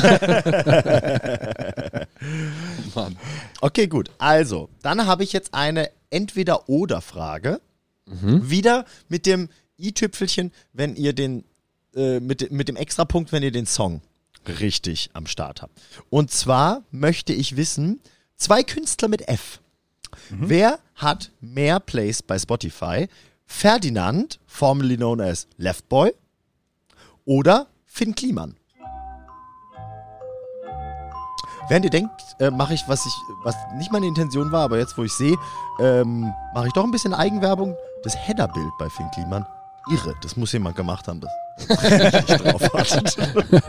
Mann. Okay, gut. Also, dann habe ich jetzt eine Entweder-Oder-Frage. Mhm. Wieder mit dem i-Tüpfelchen, wenn ihr den, äh, mit, mit dem Extrapunkt, wenn ihr den Song richtig am Start habt. Und zwar möchte ich wissen, zwei Künstler mit F. Mhm. Wer hat mehr Plays bei Spotify? Ferdinand, formerly known as Leftboy, oder Finn Kliman? Während ihr denkt, äh, mache ich, was ich, was nicht meine Intention war, aber jetzt, wo ich sehe, ähm, mache ich doch ein bisschen Eigenwerbung. Das Header-Bild bei Finn Kliman. Irre, das muss jemand gemacht haben, das richtig drauf hat.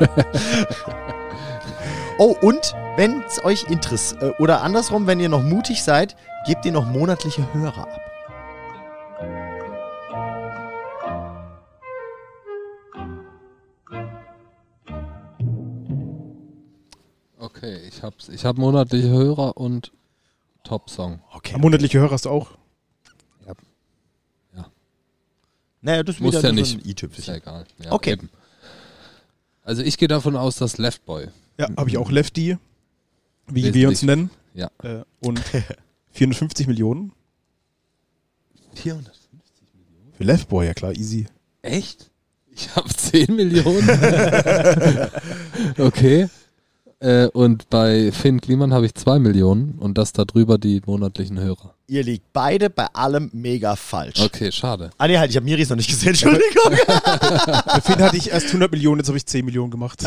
Oh, und wenn es euch interessiert, äh, oder andersrum, wenn ihr noch mutig seid, gebt ihr noch monatliche Hörer ab. Okay, ich hab's. Ich hab monatliche Hörer und Top-Song. Okay. Monatliche Hörer hast du auch. Naja, das ist Muss wieder ja nur nicht. so ein Ist ja i-Tüpfelchen. egal. Ja, Okay. eben. Also ich gehe davon aus, dass Leftboy. Ja, habe ich auch Lefty, wie Wesentlich. wir uns nennen. Ja. Äh, und vierhundertfünfzig Millionen. vierhundert. Für Leftboy, ja klar, easy. Echt? Ich habe zehn Millionen. Okay. Äh, und bei Finn Kliman habe ich zwei Millionen und das da drüber die monatlichen Hörer. Ihr liegt beide bei allem mega falsch. Okay, schade. Ah, nee, halt, ich habe Miris noch nicht gesehen, Entschuldigung. Bei Finn hatte ich erst hundert Millionen, jetzt habe ich zehn Millionen gemacht.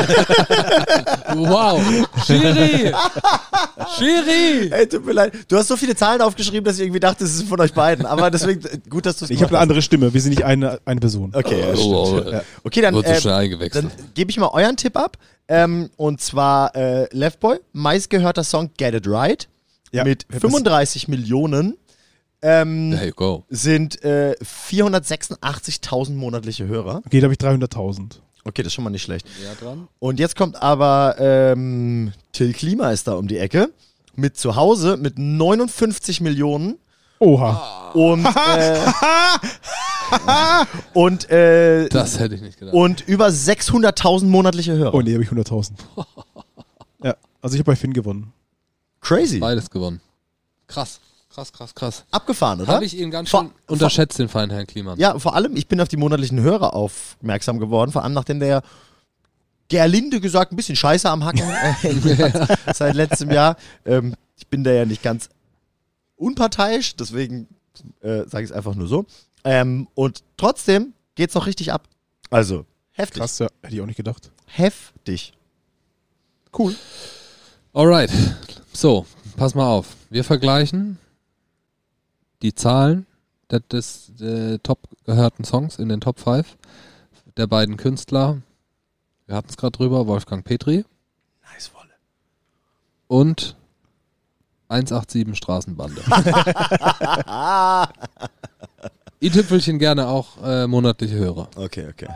Wow. Schiri! Schiri! Ey, tut mir leid. Du hast so viele Zahlen aufgeschrieben, dass ich irgendwie dachte, es ist von euch beiden. Aber deswegen, äh, gut, dass du es Ich habe eine andere Stimme, wir sind nicht eine, eine Person. Okay, ja, stimmt. Oh, oh, Ja. Okay, dann, Wurde so äh, schnell eingewechselt. dann gebe ich mal euren Tipp ab. Ähm, und zwar äh, Leftboy, meistgehörter Song Get It Right Ja, mit das- fünfunddreißig Millionen. Ähm, There you go. sind äh, vierhundertsechsundachtzigtausend monatliche Hörer. Okay, da habe ich dreihunderttausend. Okay, das ist schon mal nicht schlecht. Ja, dran. Und jetzt kommt aber ähm, Till Klima ist da um die Ecke mit zu Hause mit neunundfünfzig Millionen Oha. und äh, und äh, Das hätte ich nicht gedacht. und über sechshunderttausend monatliche Hörer. Oh nee, habe ich hunderttausend. Ja, also ich habe bei Finn gewonnen. Crazy. Beides gewonnen. Krass, krass, krass, krass. Abgefahren, oder? Habe ich ihn ganz Vor- schön unterschätzt, den feinen Herrn Kliman. Ja, vor allem, ich bin auf die monatlichen Hörer aufmerksam geworden, vor allem nachdem der Gerlinde gesagt ein bisschen Scheiße am Hacken äh, hängen hat seit letztem Jahr. Ähm, ich bin da ja nicht ganz unparteiisch, deswegen äh, sage ich es einfach nur so. Ähm, und trotzdem geht's noch richtig ab. Also, heftig. Krass, ja, hätte ich auch nicht gedacht. Heftig. Cool. Alright. So, pass mal auf. Wir vergleichen die Zahlen des, des äh, top gehörten Songs in den Top fünf der beiden Künstler. Wir hatten es gerade drüber, Wolfgang Petri Nice Wolle. und hundertsiebenundachtzig Straßenbande. i-Tüpfelchen gerne auch äh, monatliche Hörer. Okay, okay.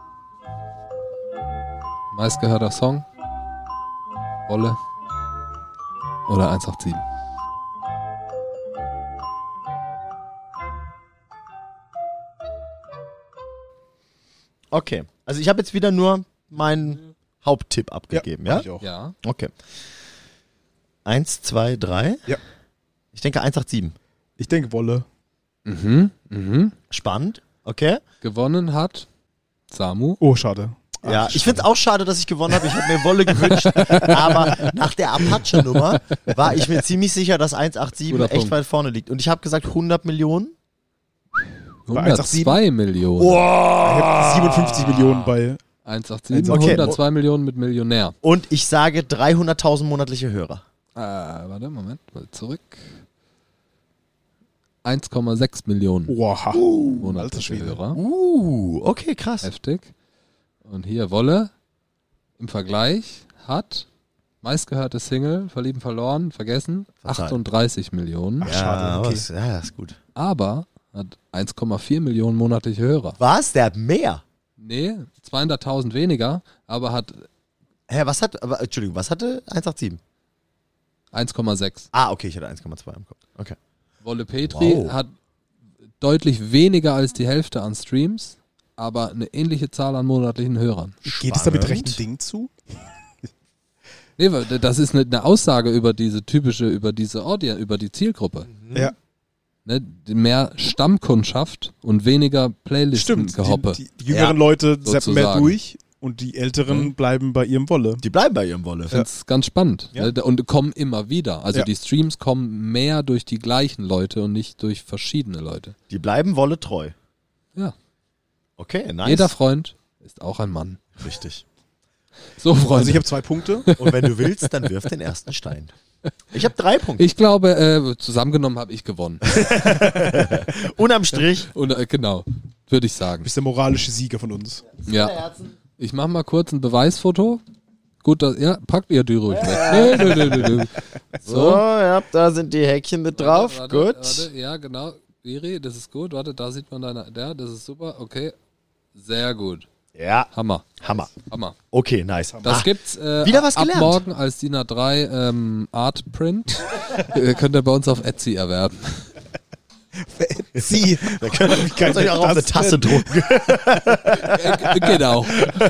Meistgehörter Song, Wolle oder hundertsiebenundachtzig. Okay. Also ich habe jetzt wieder nur meinen Haupttipp abgegeben, ja? mach Ich auch. Ja. Okay. Eins, zwei, drei. Ja. Ich denke hundertsiebenundachtzig. Ich denke Wolle. Mhm, mhm. Spannend. Okay. Gewonnen hat Samu. Oh, schade. Ja, Ach, ich finde es auch schade, dass ich gewonnen habe. Ich hätte mir Wolle gewünscht. Aber nach der Apache-Nummer war ich mir ziemlich sicher, dass hundertsiebenundachtzig Guter echt Punkt. weit vorne liegt. Und ich habe gesagt hundert Millionen. hundertzwei Millionen. Ich habe siebenundfünfzig Millionen bei. hundertsiebenundachtzig, Okay. hundertzwei Millionen mit Millionär. Und ich sage dreihunderttausend monatliche Hörer. Äh, warte, Moment, mal zurück. eins Komma sechs Millionen Oha. alter monatliche Schwede. Hörer. Uh, okay, krass. Heftig. Und hier Wolle im Vergleich hat meistgehörte Single, Verlieben verloren, vergessen, Verzeiht. achtunddreißig Millionen. Ach, schade, okay. was, ja, ist gut. Aber hat eins Komma vier Millionen monatliche Hörer. Was? Der hat mehr? Nee, zweihunderttausend weniger, aber hat Hä, was hat, aber, Entschuldigung, was hatte hundertsachtzig? eins Komma sechs. Ah, okay, ich hatte eins Komma zwei im Kopf. Okay. Wolle Petri Wow. hat deutlich weniger als die Hälfte an Streams, aber eine ähnliche Zahl an monatlichen Hörern. Geht es da mit Spannend. rechten Dingen zu? Nee, weil das ist eine, eine Aussage über diese typische, über diese Audience, über die Zielgruppe. Ja, Ne? Mehr Stammkundschaft und weniger stimmt. Playlisten-Gehoppe. Die, die, die jüngeren Ja, Leute zappen mehr sozusagen. durch und die älteren Mhm. bleiben bei ihrem Wolle. Die bleiben bei ihrem Wolle. Ich finde es ganz spannend. Ja. Ne? Und kommen immer wieder. Also Ja. die Streams kommen mehr durch die gleichen Leute und nicht durch verschiedene Leute. Die bleiben Wolle treu. Ja. Okay, nice. Jeder Freund ist auch ein Mann. Richtig. So, Freunde. Also ich habe zwei Punkte. Und wenn du willst, dann wirf den ersten Stein. Ich habe drei Punkte. Ich glaube, äh, zusammengenommen habe ich gewonnen. Unterm Strich. Und, äh, genau, würde ich sagen. Du bist der moralische Sieger von uns. Ja. Ich mache mal kurz ein Beweisfoto. Gut, das, ja, packt ihr die ruhig weg. Nö, nö, nö, nö. So, So. ja, da sind die Häkchen mit drauf. Warte, Gut. Warte, warte, ja, genau. Iri, das ist gut. Warte, da sieht man deine. Ja, das ist super. Okay. Sehr gut. Ja, Hammer. Hammer. Hammer. Okay, nice. Das Ah, gibt's äh, wieder was ab gelernt. morgen als D I N A drei ähm, Art Print. äh, könnt ihr bei uns auf Etsy erwerben. Sie. da könnt ihr könnt euch auch auf eine Tasse drucken. äh, genau.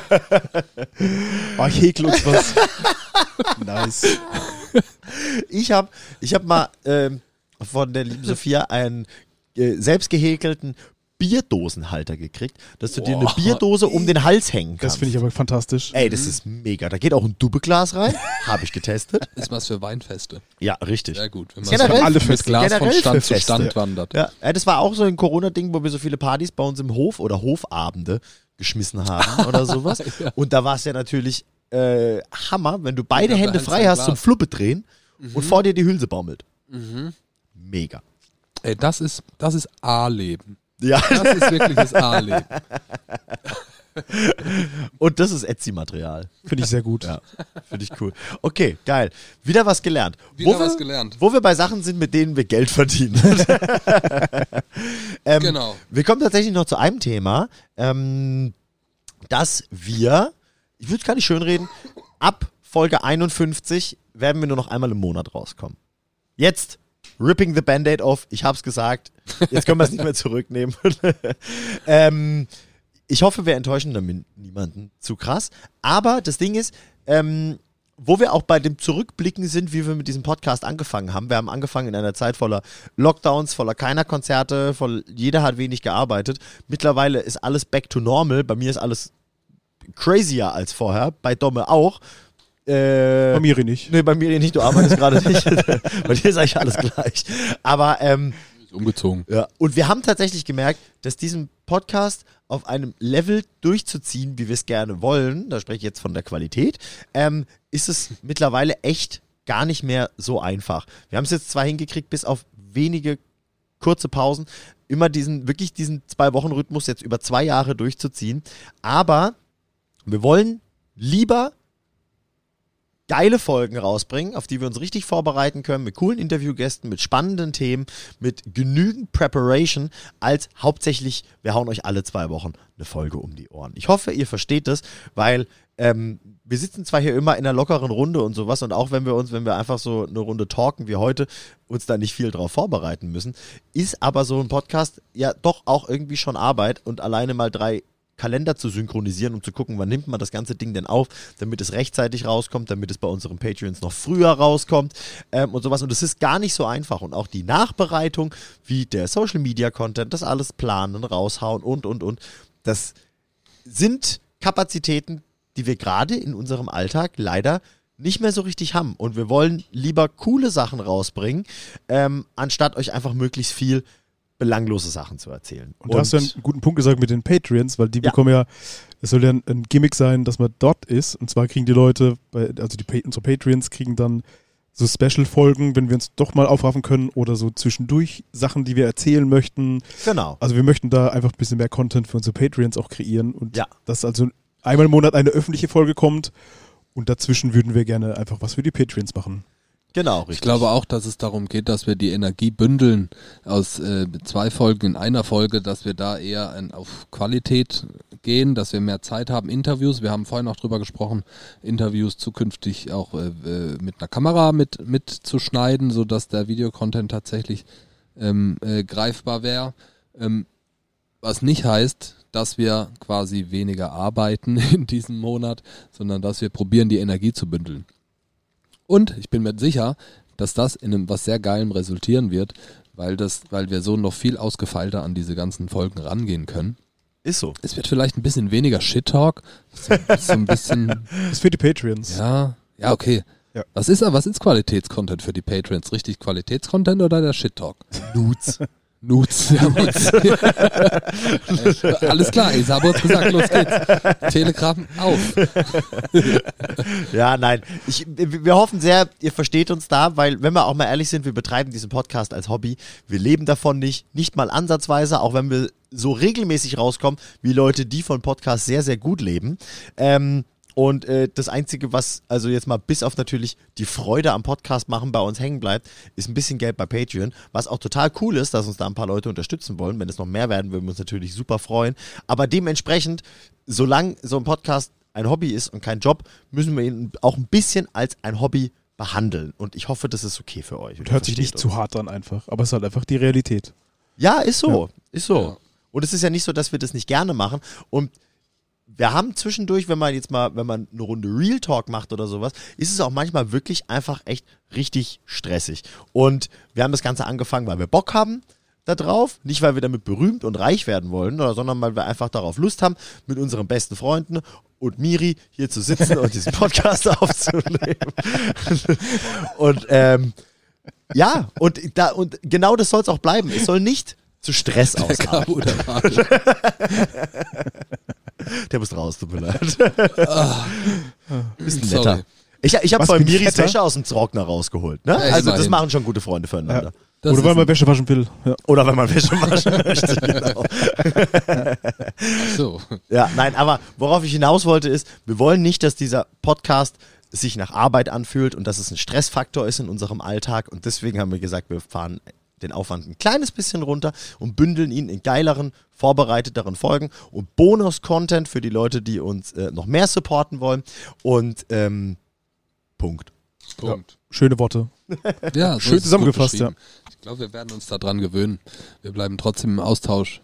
Oh, ich häkel uns was. Nice. Ich habe ich hab mal ähm, von der lieben Sophia einen äh, selbst gehäkelten Bierdosenhalter gekriegt, dass du dir eine Boah. Bierdose um den Hals hängen kannst. Das finde ich aber fantastisch. Ey, das ist mega. Da geht auch ein Dubbeglas rein. Habe ich getestet. Ist was für Weinfeste. Ja, richtig. Sehr gut. Wenn man Generell so alle mit Feste. Glas von Generell Stand für zu Feste. Stand wandert. Ja, äh, das war auch so ein Corona-Ding, wo wir so viele Partys bei uns im Hof oder Hofabende geschmissen haben oder sowas. Und da war es ja natürlich äh, Hammer, wenn du beide Ja, Hände behältst frei ein hast Glas. zum Fluppe drehen und vor dir die Hülse baumelt. Mhm. Mega. Ey, das ist, das ist A-Leben. Ja, Das ist wirklich das A-Leben. und das ist Etsy-Material. Finde ich sehr gut. Ja, finde ich cool. Okay, geil. Wieder was gelernt. Wieder wo was wir, gelernt. Wo wir bei Sachen sind, mit denen wir Geld verdienen. ähm, Genau. Wir kommen tatsächlich noch zu einem Thema. Ähm, dass wir, ich würde es gar nicht schönreden, ab Folge einundfünfzig werden wir nur noch einmal im Monat rauskommen. Jetzt, ripping the Band-Aid off, ich hab's gesagt, jetzt können wir es nicht mehr zurücknehmen. ähm, ich hoffe, wir enttäuschen damit niemanden zu krass, aber das Ding ist, ähm, wo wir auch bei dem Zurückblicken sind, wie wir mit diesem Podcast angefangen haben. Wir haben angefangen in einer Zeit voller Lockdowns, voller keiner Konzerte, voll, jeder hat wenig gearbeitet. Mittlerweile ist alles back to normal. Bei mir ist alles crazier als vorher. Bei Domme auch. Äh, bei Miri nicht. Nee, bei Miri nicht. Du arbeitest gerade nicht. Bei dir ist eigentlich alles gleich. Aber ähm, umgezogen. Ja. Und wir haben tatsächlich gemerkt, dass diesen Podcast auf einem Level durchzuziehen, wie wir es gerne wollen, da spreche ich jetzt von der Qualität, ähm, ist es mittlerweile echt gar nicht mehr so einfach. Wir haben es jetzt zwar hingekriegt, bis auf wenige kurze Pausen, immer diesen, wirklich diesen Zwei-Wochen-Rhythmus jetzt über zwei Jahre durchzuziehen, aber wir wollen lieber geile Folgen rausbringen, auf die wir uns richtig vorbereiten können, mit coolen Interviewgästen, mit spannenden Themen, mit genügend Preparation, als hauptsächlich, wir hauen euch alle zwei Wochen eine Folge um die Ohren. Ich hoffe, ihr versteht das, weil ähm, wir sitzen zwar hier immer in einer lockeren Runde und sowas und auch wenn wir uns, wenn wir einfach so eine Runde talken wie heute, uns da nicht viel drauf vorbereiten müssen, ist aber so ein Podcast ja doch auch irgendwie schon Arbeit und alleine mal drei Kalender zu synchronisieren, um zu gucken, wann nimmt man das ganze Ding denn auf, damit es rechtzeitig rauskommt, damit es bei unseren Patreons noch früher rauskommt ähm, und sowas. Und das ist gar nicht so einfach. Und auch die Nachbereitung, wie der Social-Media-Content, das alles planen, raushauen und, und, und. Das sind Kapazitäten, die wir gerade in unserem Alltag leider nicht mehr so richtig haben. Und wir wollen lieber coole Sachen rausbringen, ähm, anstatt euch einfach möglichst viel belanglose Sachen zu erzählen. Und, und da hast du einen guten Punkt gesagt mit den Patreons, weil die ja. bekommen ja, es soll ja ein, ein Gimmick sein, dass man dort ist. Und zwar kriegen die Leute, bei, also die unsere Patreons kriegen dann so Special-Folgen, wenn wir uns doch mal aufraffen können oder so zwischendurch Sachen, die wir erzählen möchten. Genau. Also wir möchten da einfach ein bisschen mehr Content für unsere Patreons auch kreieren und ja. dass also einmal im Monat eine öffentliche Folge kommt und dazwischen würden wir gerne einfach was für die Patreons machen. Genau, richtig. Ich glaube auch, dass es darum geht, dass wir die Energie bündeln aus äh, zwei Folgen in einer Folge, dass wir da eher ein, auf Qualität gehen, dass wir mehr Zeit haben, Interviews, wir haben vorhin auch drüber gesprochen, Interviews zukünftig auch äh, mit einer Kamera mit, mit zu schneiden, sodass der Videocontent tatsächlich ähm, äh, greifbar wäre. Ähm, was nicht heißt, dass wir quasi weniger arbeiten in diesem Monat, sondern dass wir probieren, die Energie zu bündeln. Und ich bin mir sicher, dass das in einem was sehr Geilem resultieren wird, weil das, weil wir so noch viel ausgefeilter an diese ganzen Folgen rangehen können. Ist so. Es wird vielleicht ein bisschen weniger Shit-Talk, so, so ein bisschen... Das ist für die Patreons. Ja, ja, okay. Ja. Was ist was ist Qualitätscontent für die Patreons? Richtig Qualitätscontent oder der Shit-Talk? Nudes. Nudes, ja, Nudes. Alles klar, ey, Sabo hat gesagt, los geht's. Telegram auf. Ja, nein. Ich, wir hoffen sehr, ihr versteht uns da, weil, wenn wir auch mal ehrlich sind, wir betreiben diesen Podcast als Hobby. Wir leben davon nicht, nicht mal ansatzweise, auch wenn wir so regelmäßig rauskommen, wie Leute, die von Podcasts sehr, sehr gut leben. Ähm, Und äh, das Einzige, was, also jetzt mal bis auf natürlich die Freude am Podcast machen bei uns hängen bleibt, ist ein bisschen Geld bei Patreon, was auch total cool ist, dass uns da ein paar Leute unterstützen wollen. Wenn es noch mehr werden, würden wir uns natürlich super freuen. Aber dementsprechend, solange so ein Podcast ein Hobby ist und kein Job, müssen wir ihn auch ein bisschen als ein Hobby behandeln. Und ich hoffe, das ist okay für euch. Und hört sich nicht uns. zu hart an einfach, aber es ist halt einfach die Realität. Ja, ist so, ja. ist so. Ja. Und es ist ja nicht so, dass wir das nicht gerne machen. Und wir haben zwischendurch, wenn man jetzt mal, wenn man eine Runde Real Talk macht oder sowas, ist es auch manchmal wirklich einfach echt richtig stressig. Und wir haben das Ganze angefangen, weil wir Bock haben da drauf, nicht weil wir damit berühmt und reich werden wollen, oder, sondern weil wir einfach darauf Lust haben, mit unseren besten Freunden und Miri hier zu sitzen und diesen Podcast aufzunehmen. Und ähm, ja, und, da, und genau das soll es auch bleiben. Es soll nicht zu Stress ausarten. Der muss raus, tut mir leid. Ah, Bist ein sorry. netter. Ich, ich habe Was, vorhin bin ich Miris netter? Wäsche aus dem Trockner rausgeholt. Ne? Ja, Also das immerhin. machen schon gute Freunde füreinander. Ja. Das Oder ist weil man ein- Wäsche waschen will. Ja. Oder wenn man Wäsche waschen möchte, genau. So. Ja, nein, aber worauf ich hinaus wollte ist, wir wollen nicht, dass dieser Podcast sich nach Arbeit anfühlt und dass es ein Stressfaktor ist in unserem Alltag und deswegen haben wir gesagt, wir fahren den Aufwand ein kleines bisschen runter und bündeln ihn in geileren, vorbereiteteren Folgen und Bonus-Content für die Leute, die uns äh, noch mehr supporten wollen. Und ähm, Punkt. Punkt. Schöne Worte. Ja, so Schön ist es zusammengefasst, gut beschrieben. Ich glaube, wir werden uns daran gewöhnen. Wir bleiben trotzdem im Austausch.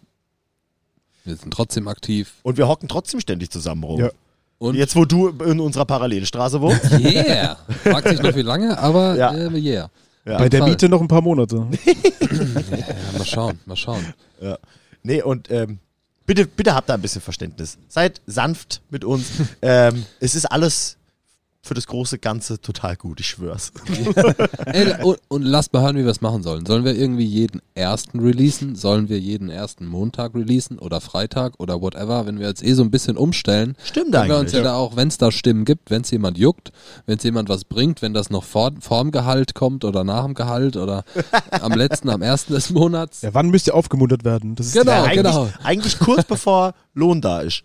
Wir sind trotzdem aktiv. Und wir hocken trotzdem ständig zusammen rum. Ja. Und Jetzt, wo du in unserer Parallelstraße wohnst. yeah. Fragt sich noch wie lange, aber Ja. äh, yeah. Ja. Bei der Fall. Miete noch ein paar Monate. Ja, mal schauen, mal schauen. Ja. Nee, und ähm, bitte, bitte habt da ein bisschen Verständnis. Seid sanft mit uns. ähm, es ist alles für das große Ganze total gut, ich schwör's. Ey, und, und lasst mal hören, wie wir es machen sollen. Sollen wir irgendwie jeden ersten releasen? Sollen wir jeden ersten Montag releasen oder Freitag oder whatever? Wenn wir jetzt eh so ein bisschen umstellen, Stimmt können wir uns eigentlich. ja da auch, wenn es da Stimmen gibt, wenn es jemand juckt, wenn es jemand was bringt, wenn das noch vor, vor dem Gehalt kommt oder nach dem Gehalt oder am letzten, am ersten des Monats. Ja, wann müsst ihr aufgemuntert werden? Das ist Genau. Ja, eigentlich, genau. eigentlich kurz bevor Lohn da ist.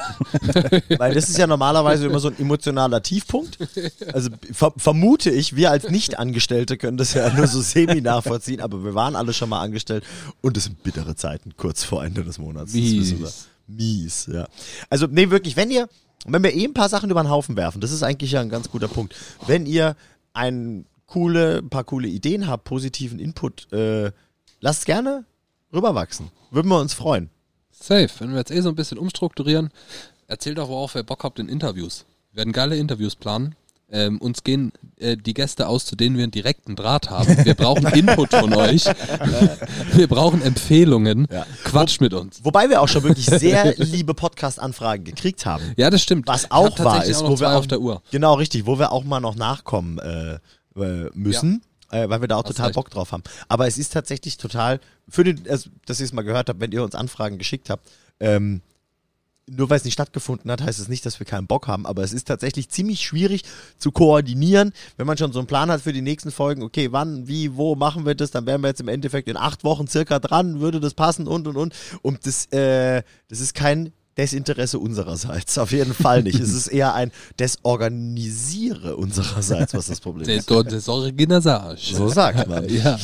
Weil das ist ja normalerweise immer so ein emotionaler Tiefpunkt. Also ver vermute ich, wir als Nicht-Angestellte können das ja nur so semi nachvollziehen, aber wir waren alle schon mal angestellt und es sind bittere Zeiten kurz vor Ende des Monats. Das wissen wir. Mies. Mies, ja. Also, nee, wirklich, wenn ihr, wenn wir eh ein paar Sachen über den Haufen werfen, das ist eigentlich ja ein ganz guter Punkt. Wenn ihr ein coole, ein paar coole Ideen habt, positiven Input, äh, lasst gerne rüberwachsen. Würden wir uns freuen. Safe. Wenn wir jetzt eh so ein bisschen umstrukturieren, erzählt doch, worauf ihr Bock habt in Interviews. Wir werden geile Interviews planen. Ähm, uns gehen äh, die Gäste aus, zu denen wir einen direkten Draht haben. Wir brauchen Input von euch. Wir brauchen Empfehlungen. Ja. Quatsch mit uns. Wobei wir auch schon wirklich sehr liebe Podcast-Anfragen gekriegt haben. Ja, das stimmt. Was Ich hab auch wahr tatsächlich ist, auch noch wo wir zwei auch, auf der Uhr. Genau, richtig, wo wir auch mal noch nachkommen äh, äh, müssen, äh, weil wir da auch Hast total recht. Bock drauf haben. Aber es ist tatsächlich total, für den, also, dass ihr es mal gehört habt, wenn ihr uns Anfragen geschickt habt, ähm, nur weil es nicht stattgefunden hat, heißt es nicht, dass wir keinen Bock haben, aber es ist tatsächlich ziemlich schwierig zu koordinieren, wenn man schon so einen Plan hat für die nächsten Folgen, okay, wann, wie, wo machen wir das, dann wären wir jetzt im Endeffekt in acht Wochen circa dran, würde das passen und und und und das, äh, das ist kein Desinteresse unsererseits, auf jeden Fall nicht. Es ist eher ein Desorganisiere unsererseits, was das Problem ist. Das ist Original. So sagt man. Ja,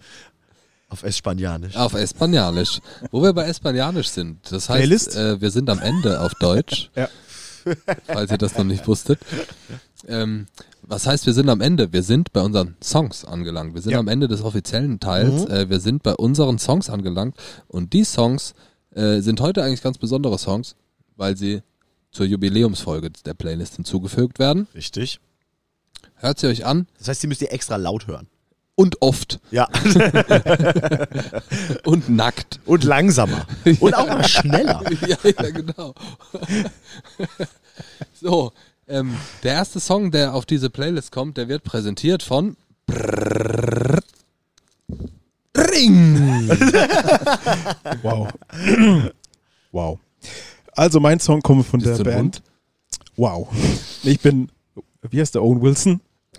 Auf Espanianisch. auf Espanianisch. Wo wir bei Espanianisch sind. Das heißt, Playlist? äh, wir sind am Ende auf Deutsch. Ja. Falls ihr das noch nicht wusstet. Ähm, was heißt, wir sind am Ende? Wir sind bei unseren Songs angelangt. Wir sind Ja. am Ende des offiziellen Teils. Mhm. Äh, wir sind bei unseren Songs angelangt. Und die Songs äh, sind heute eigentlich ganz besondere Songs, weil sie zur Jubiläumsfolge der Playlist hinzugefügt werden. Richtig. Hört sie euch an Das heißt, die müsst ihr extra laut hören. und oft Ja. und nackt. Und langsamer. Und auch mal schneller. ja, ja, genau. So, ähm, der erste Song, der auf diese Playlist kommt, der wird präsentiert von Ring. Wow. Wow. Also mein Song kommt von Bist der du ein Band. Wow. Ich bin, wie heißt der, Owen Wilson?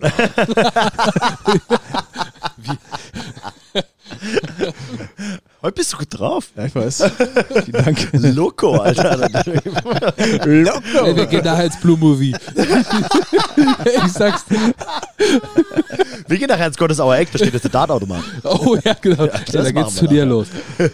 Heute bist du gut drauf. Ja, ich weiß. Vielen Dank. Loco, Alter. Ey, wir gehen nachher ins Blue Movie. ich sag's dir. Wir gehen nachher ins Gottesauer Eck, da steht jetzt der Dartautomat. Oh ja, genau. Ja, das da machen geht's wir zu dir nachher. los.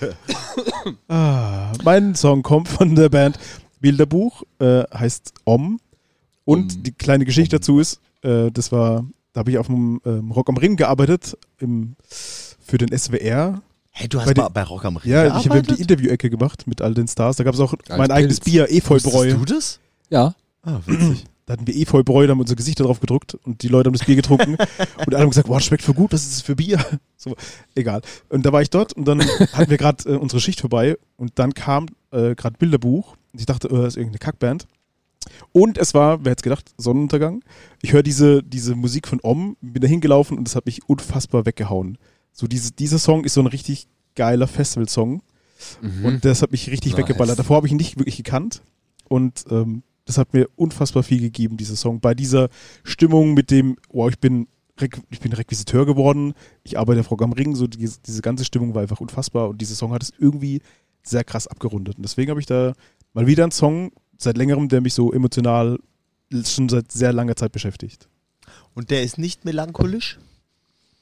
Ah, mein Song kommt von der Band Bilderbuch, äh, heißt Om. Und Om. die kleine Geschichte dazu ist, äh, das war, da habe ich auf dem ähm, Rock am Ring gearbeitet, im, für den S W R. Hey, du hast Bei bei, den- bei Rock am Ring Ja, ich habe gearbeitet? die Interview-Ecke gemacht mit all den Stars. Da gab es auch mein Pilz. eigenes Bier, Efeubräu. Wusstest du das? Ja. Ah, witzig. Da hatten wir Efeubräu, da haben wir unser Gesichter drauf gedruckt und die Leute haben das Bier getrunken und alle haben gesagt, wow, das schmeckt voll gut, was ist das für Bier? So, egal. Und da war ich dort und dann hatten wir gerade äh, unsere Schicht vorbei und dann kam äh, gerade Bilderbuch und ich dachte, äh, das ist irgendeine Kackband. Und es war, wer hätte gedacht, Sonnenuntergang. Ich höre diese, diese Musik von Om, bin da hingelaufen und das hat mich unfassbar weggehauen. So diese, dieser Song ist so ein richtig geiler Festival-Song Mhm. und das hat mich richtig Nice. weggeballert. Davor habe ich ihn nicht wirklich gekannt und ähm, das hat mir unfassbar viel gegeben, dieser Song. Bei dieser Stimmung mit dem, wow, ich bin, Requ- ich bin Requisiteur geworden, ich arbeite auf Rock am Ring, so die, diese ganze Stimmung war einfach unfassbar und dieser Song hat es irgendwie sehr krass abgerundet. Und deswegen habe ich da mal wieder einen Song seit längerem, der mich so emotional schon seit sehr langer Zeit beschäftigt. Und der ist nicht melancholisch?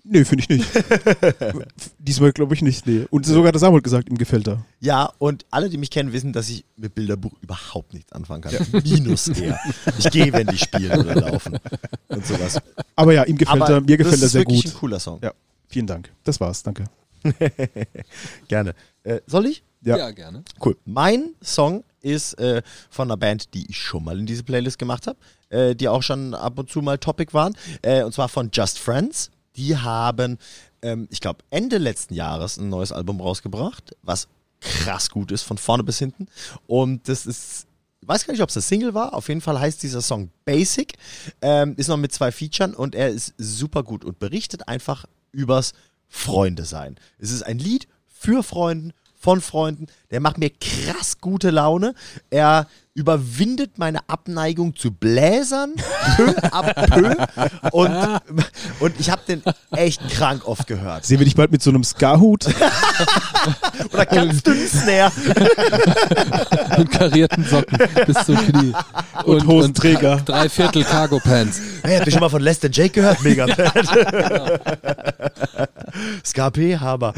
Nee, finde ich nicht. Diesmal glaube ich nicht, nee. Und sogar der Samuel hat gesagt, ihm gefällt er. Ja, und alle, die mich kennen, wissen, dass ich mit Bilderbuch überhaupt nichts anfangen kann. Ja. Minus eher. Ich gehe, wenn die spielen oder laufen und sowas. Aber ja, ihm gefällt Aber er, mir gefällt er sehr gut. Das ist wirklich ein cooler Song. Ja, vielen Dank. Das war's, danke. Gerne. Äh, soll ich? Ja. ja, gerne. Cool. Mein Song ist äh, von einer Band, die ich schon mal in diese Playlist gemacht habe, äh, die auch schon ab und zu mal Topic waren. Äh, und zwar von Just Friends. Die haben, ähm, ich glaube, Ende letzten Jahres ein neues Album rausgebracht, was krass gut ist, von vorne bis hinten. Und das ist, ich weiß gar nicht, ob es eine Single war. Auf jeden Fall heißt dieser Song Basic. Ähm, ist noch mit zwei Featuren und er ist super gut und berichtet einfach übers Freunde sein. Es ist ein Lied für Freunden, von Freunden. Der macht mir krass gute Laune. Er überwindet meine Abneigung zu Bläsern, peu à peu. Und, und ich habe den echt krank oft gehört. Sehen wir dich bald mit so einem Ska-Hut? Oder ganz dünnen Snare. Und karierten Socken bis zum Knie. Und Hosenträger. Und drei Viertel Cargo-Pants. Hey, habt ihr schon mal von Less Than Jake gehört? Mega Band. Ska P, Haber.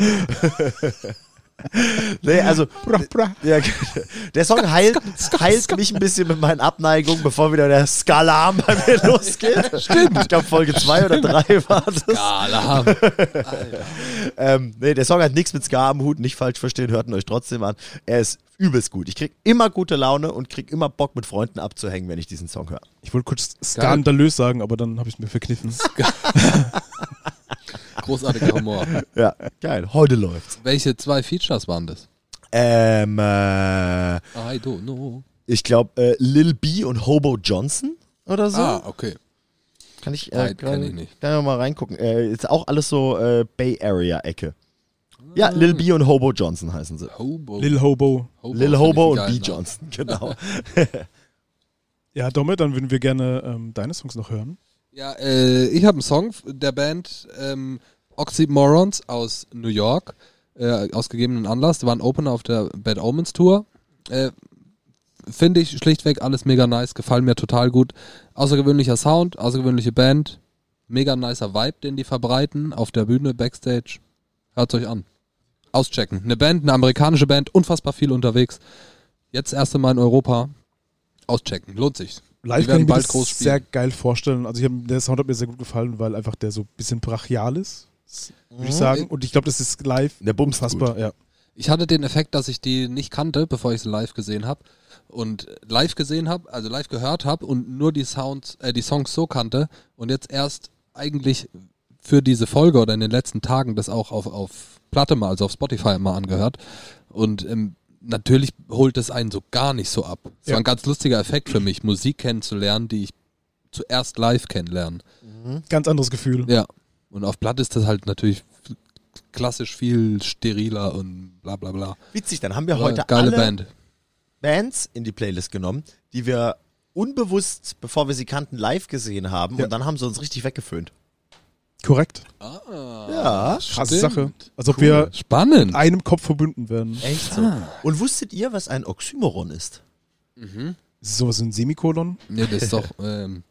Nee, also Bra, bra. ja, der Song heilt, heilt mich ein bisschen mit meinen Abneigungen, bevor wieder der Ska-Alarm bei mir losgeht. Stimmt. Ich glaube Folge zwei oder drei war das. Alarm. Ähm, nee, der Song hat nichts mit Ska am Hut, nicht falsch verstehen, hört ihn euch trotzdem an. Er ist übelst gut. Ich krieg immer gute Laune und krieg immer Bock mit Freunden abzuhängen, wenn ich diesen Song höre. Ich wollte kurz skandalös sagen, aber dann habe ich es mir verkniffen. Großartiger Humor. Ja, geil. Heute läuft's. Welche zwei Features waren das? Ähm, äh, I don't know. ich glaube äh, Lil B und Hobo Johnson oder so. Ah, okay. Kann ich, äh, Nein, kann, kenn ich nicht. Kann ich mal reingucken. Äh, ist auch alles so äh, Bay Area Ecke. Ja, Lil B und Hobo Johnson heißen sie. Hobo. Lil Hobo. Hobo Lil finde Hobo ich und einen B geilen Johnson, genau. Ja, Domme, dann würden wir gerne ähm, deine Songs noch hören. Ja, äh, ich habe einen Song der Band ähm, Oxymorons aus New York, äh, aus gegebenen Anlass. Die waren Opener auf der Bad Omens Tour. Äh, Finde ich schlichtweg alles mega nice, gefallen mir total gut. Außergewöhnlicher Sound, außergewöhnliche Band, mega nicer Vibe, den die verbreiten auf der Bühne, Backstage. Hört's euch an. Auschecken. Eine Band, eine amerikanische Band, unfassbar viel unterwegs. Jetzt erste Mal in Europa. Auschecken, lohnt sich. Live Die kann werden ich mir bald das groß spielen. sehr geil vorstellen. Also ich hab, der Sound hat mir sehr gut gefallen, weil einfach der so ein bisschen brachial ist, würde ich sagen. Und ich glaube, das ist live Der bumst unfassbar. Ja. Ich hatte den Effekt, dass ich die nicht kannte, bevor ich sie live gesehen habe. Und live gesehen habe, also live gehört habe und nur die Sounds, äh, die Songs so kannte und jetzt erst eigentlich für diese Folge oder in den letzten Tagen das auch auf, auf Platte mal, also auf Spotify mal angehört. Und ähm, natürlich holt es einen so gar nicht so ab. Es Ja. war ein ganz lustiger Effekt für mich, Musik kennenzulernen, die ich zuerst live kennenlerne. Ganz anderes Gefühl. Ja. Und auf Platte ist das halt natürlich klassisch viel steriler und bla bla bla. Witzig, dann haben wir Aber heute geile alle Band. Bands in die Playlist genommen, die wir unbewusst, bevor wir sie kannten, live gesehen haben. Ja. Und dann haben sie uns richtig weggeföhnt. Korrekt. Ah, Ja, Krasse stimmt. Sache. Als ob Cool. wir Spannend. mit einem Kopf verbunden werden. echt so. Und wusstet ihr, was ein Oxymoron ist? Mhm. Ist sowas wie ein Semikolon? Nee, das ist doch ähm,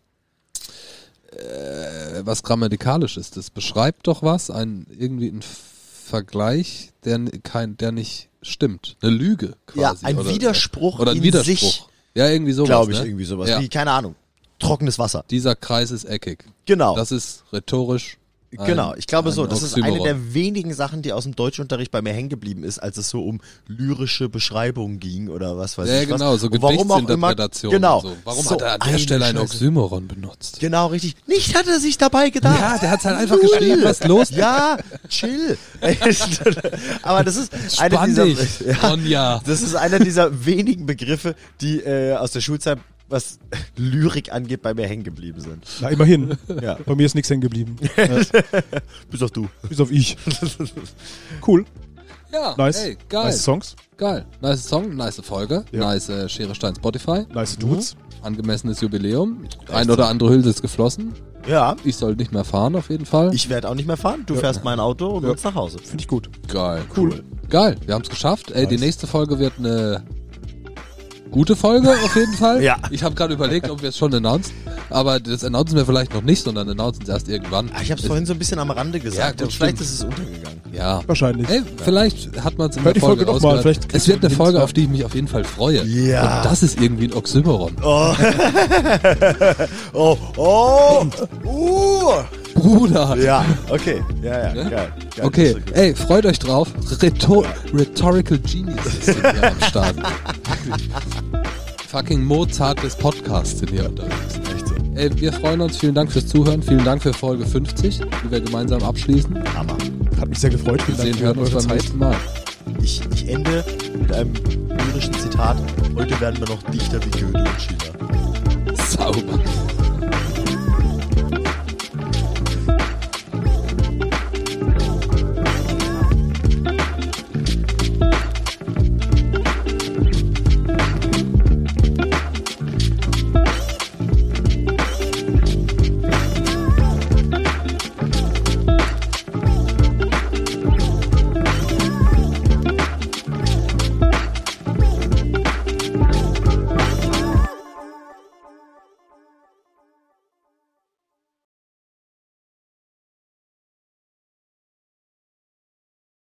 äh, was grammatikalisch ist. Das beschreibt doch was, ein irgendwie ein Vergleich, der n- kein, der nicht stimmt. Eine Lüge quasi. Ja, ein oder, Widerspruch oder ein in Widerspruch. sich, Ja, irgendwie sowas. glaube ich, ne? irgendwie sowas. Ja. Wie, keine Ahnung, trockenes Wasser. Dieser Kreis ist eckig. Genau. Das ist rhetorisch. ein- Genau, ich glaube ein so, das ist eine Oxymoron. der wenigen Sachen, die aus dem Deutschunterricht bei mir hängen geblieben ist, als es so um lyrische Beschreibungen ging oder was weiß Ja, ich genau, was. so Und warum auch immer, Gedichtsinterpretation. genau. Und so. Warum So hat er an der eine Stelle ein Scheiße. Oxymoron benutzt? Genau, richtig. Nicht hat er sich dabei gedacht. Ja, der hat halt einfach Null. geschrieben, was los ist. Ja, chill. Aber das ist einer Spann dieser, dich, ja, Ronja. das ist einer dieser wenigen Begriffe, die äh, aus der Schulzeit, was Lyrik angeht, bei mir hängen geblieben sind. Na, immerhin. Ja. Bei mir ist nichts hängen geblieben. Bis auf du. Bis auf ich. Cool. Ja, Nice. ey, geil. Nice Songs. Geil. Nice Song, nice Folge, Ja. nice äh, Schere Stein Spotify, Nice Dudes. angemessenes Jubiläum. Ein oder andere Hülse ist geflossen. Ja, Ich soll nicht mehr fahren, auf jeden Fall. ich werde auch nicht mehr fahren. Du fährst mein Auto und Ja. uns nach Hause. Finde ich gut. Geil. Cool. Geil, wir haben es geschafft. Ey, die Nice. nächste Folge wird eine gute Folge, auf jeden Fall. Ja. Ich habe gerade überlegt, ob wir es schon announced. aber das announcen wir vielleicht noch nicht, sondern announcen es erst irgendwann. Ah, ich habe es Es- vorhin so ein bisschen am Rande gesagt. Ja, gut, und vielleicht stimmt. ist es untergegangen. Ja. Wahrscheinlich. Ey, vielleicht hat man es in Hört der die Folge Folge noch mal, rausgehört. vielleicht Es wird eine kriegst du Folge, einen auf die ich mich auf jeden Fall freue. Ja. Und das ist irgendwie ein Oxymoron. Oh. oh. Oh. Uh. Bruder. Ja, okay. Ja, ja, Ne? geil. geil. Okay, Das ist ey, freut euch drauf. Rhetor Rhetorical Geniuses sind hier am Start. Wirklich. Fucking Mozart des Podcasts sind hier unterwegs. echt so. Ey, wir freuen uns. Vielen Dank fürs Zuhören. Vielen Dank für Folge fünfzig, die wir gemeinsam abschließen. Hammer. Hat mich sehr gefreut. Wir Vielen sehen, Dank hören für uns eure beim Zeit. nächsten Mal. Ich, ich ende mit einem lyrischen Zitat. Heute werden wir noch dichter wie Goethe und Schiller. Sauber.